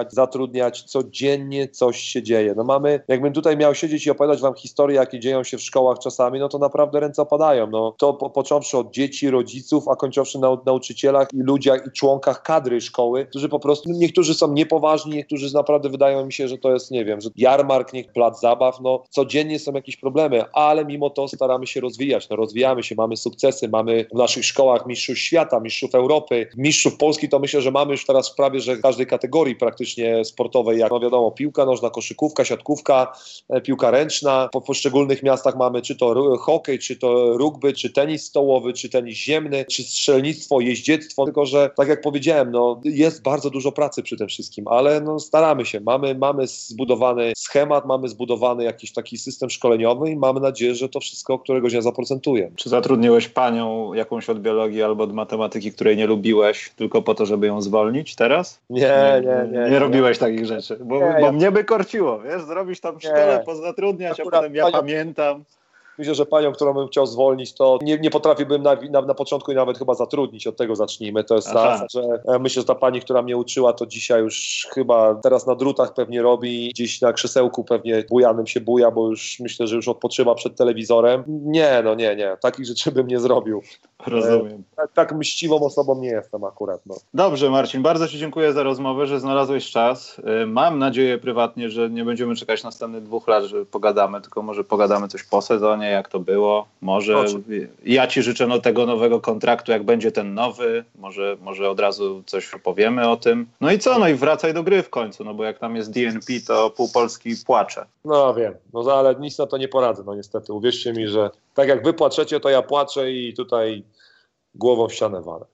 zatrudniać, codziennie coś się dzieje. No mamy, jakbym tutaj miał siedzieć i opowiadać wam historie, jakie dzieją się w szkołach czasami, no to naprawdę ręce opadają. No, to po, począwszy od dzieci, rodziców, a kończąwszy na nauczycielach i ludziach i członkach kadry szkoły, którzy po prostu, niektórzy są niepoważni, niektórzy naprawdę wydają mi się, że to jest, nie wiem, że jarmark, niech plac zabaw, no codziennie są jakieś problemy, ale mimo to staramy się rozwijać, no rozwijamy się, mamy sukcesy, mamy w naszych szkołach mistrzów świata, mistrzów Europy, mistrzów Polski, to myślę, że mamy już teraz w prawie, że w każdej kategorii praktycznie sportowej, jak no wiadomo, piłka nożna, koszykówka, siatkówka, e, piłka ręczna, po poszczególnych miastach mamy czy to ru- hokej, czy to rugby, czy tenis stołowy, czy tenis ziemny, czy strzelnictwo, jeździectwo, tylko że tak jak powiedziałem, no jest bardzo dużo pracy przy tym wszystkim, ale no staramy się, mamy, mamy zbudowany schemat, mamy zbudowany jakiś taki system szkoleniowy i mamy nadzieję, że to wszystko któregoś dnia zaprocentuje. Czy zatrudniłeś panią jakąś od biologii albo od matematyki, której nie lubiłeś, tylko po to, żeby ją zwolnić teraz? Nie, nie, nie. Nie, nie nie robiłeś takich rzeczy, bo, nie, bo ja... mnie by korciło, wiesz, zrobić tam w szkole, nie. pozatrudniać, Akurat a potem ja panią... pamiętam. Myślę, że panią, którą bym chciał zwolnić, to nie, nie potrafiłbym na, na, na początku i nawet chyba zatrudnić. Od tego zacznijmy. To jest raz, że e, myślę, że ta pani, która mnie uczyła, to dzisiaj już chyba teraz na drutach pewnie robi, gdzieś na krzesełku pewnie bujanym się buja, bo już myślę, że już odpoczywa przed telewizorem. Nie, no nie, nie. Takich rzeczy bym nie zrobił. Rozumiem. E, tak, tak mściwą osobą nie jestem akurat. No. Dobrze, Marcin, bardzo Ci dziękuję za rozmowę, że znalazłeś czas. Mam nadzieję prywatnie, że nie będziemy czekać następnych dwóch lat, że pogadamy, tylko może pogadamy coś po sezonie, jak to było. Może Oczy. Ja Ci życzę no, tego nowego kontraktu, jak będzie ten nowy, może, może od razu coś powiemy o tym. No i co, no i wracaj do gry w końcu, no bo jak tam jest D N P, to pół Polski płacze. No wiem, no ale nic na to nie poradzę, no niestety. Uwierzcie mi, że tak jak wy płaczecie, to ja płaczę i tutaj głową w ścianę walę.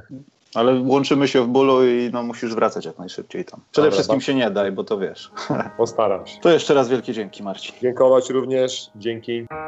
Ale łączymy się w bólu i no musisz wracać jak najszybciej tam. Przede Dobra, wszystkim ba- się nie daj, bo to wiesz. Postaram się. To jeszcze raz wielkie dzięki, Marcin. Dziękować również. Dzięki.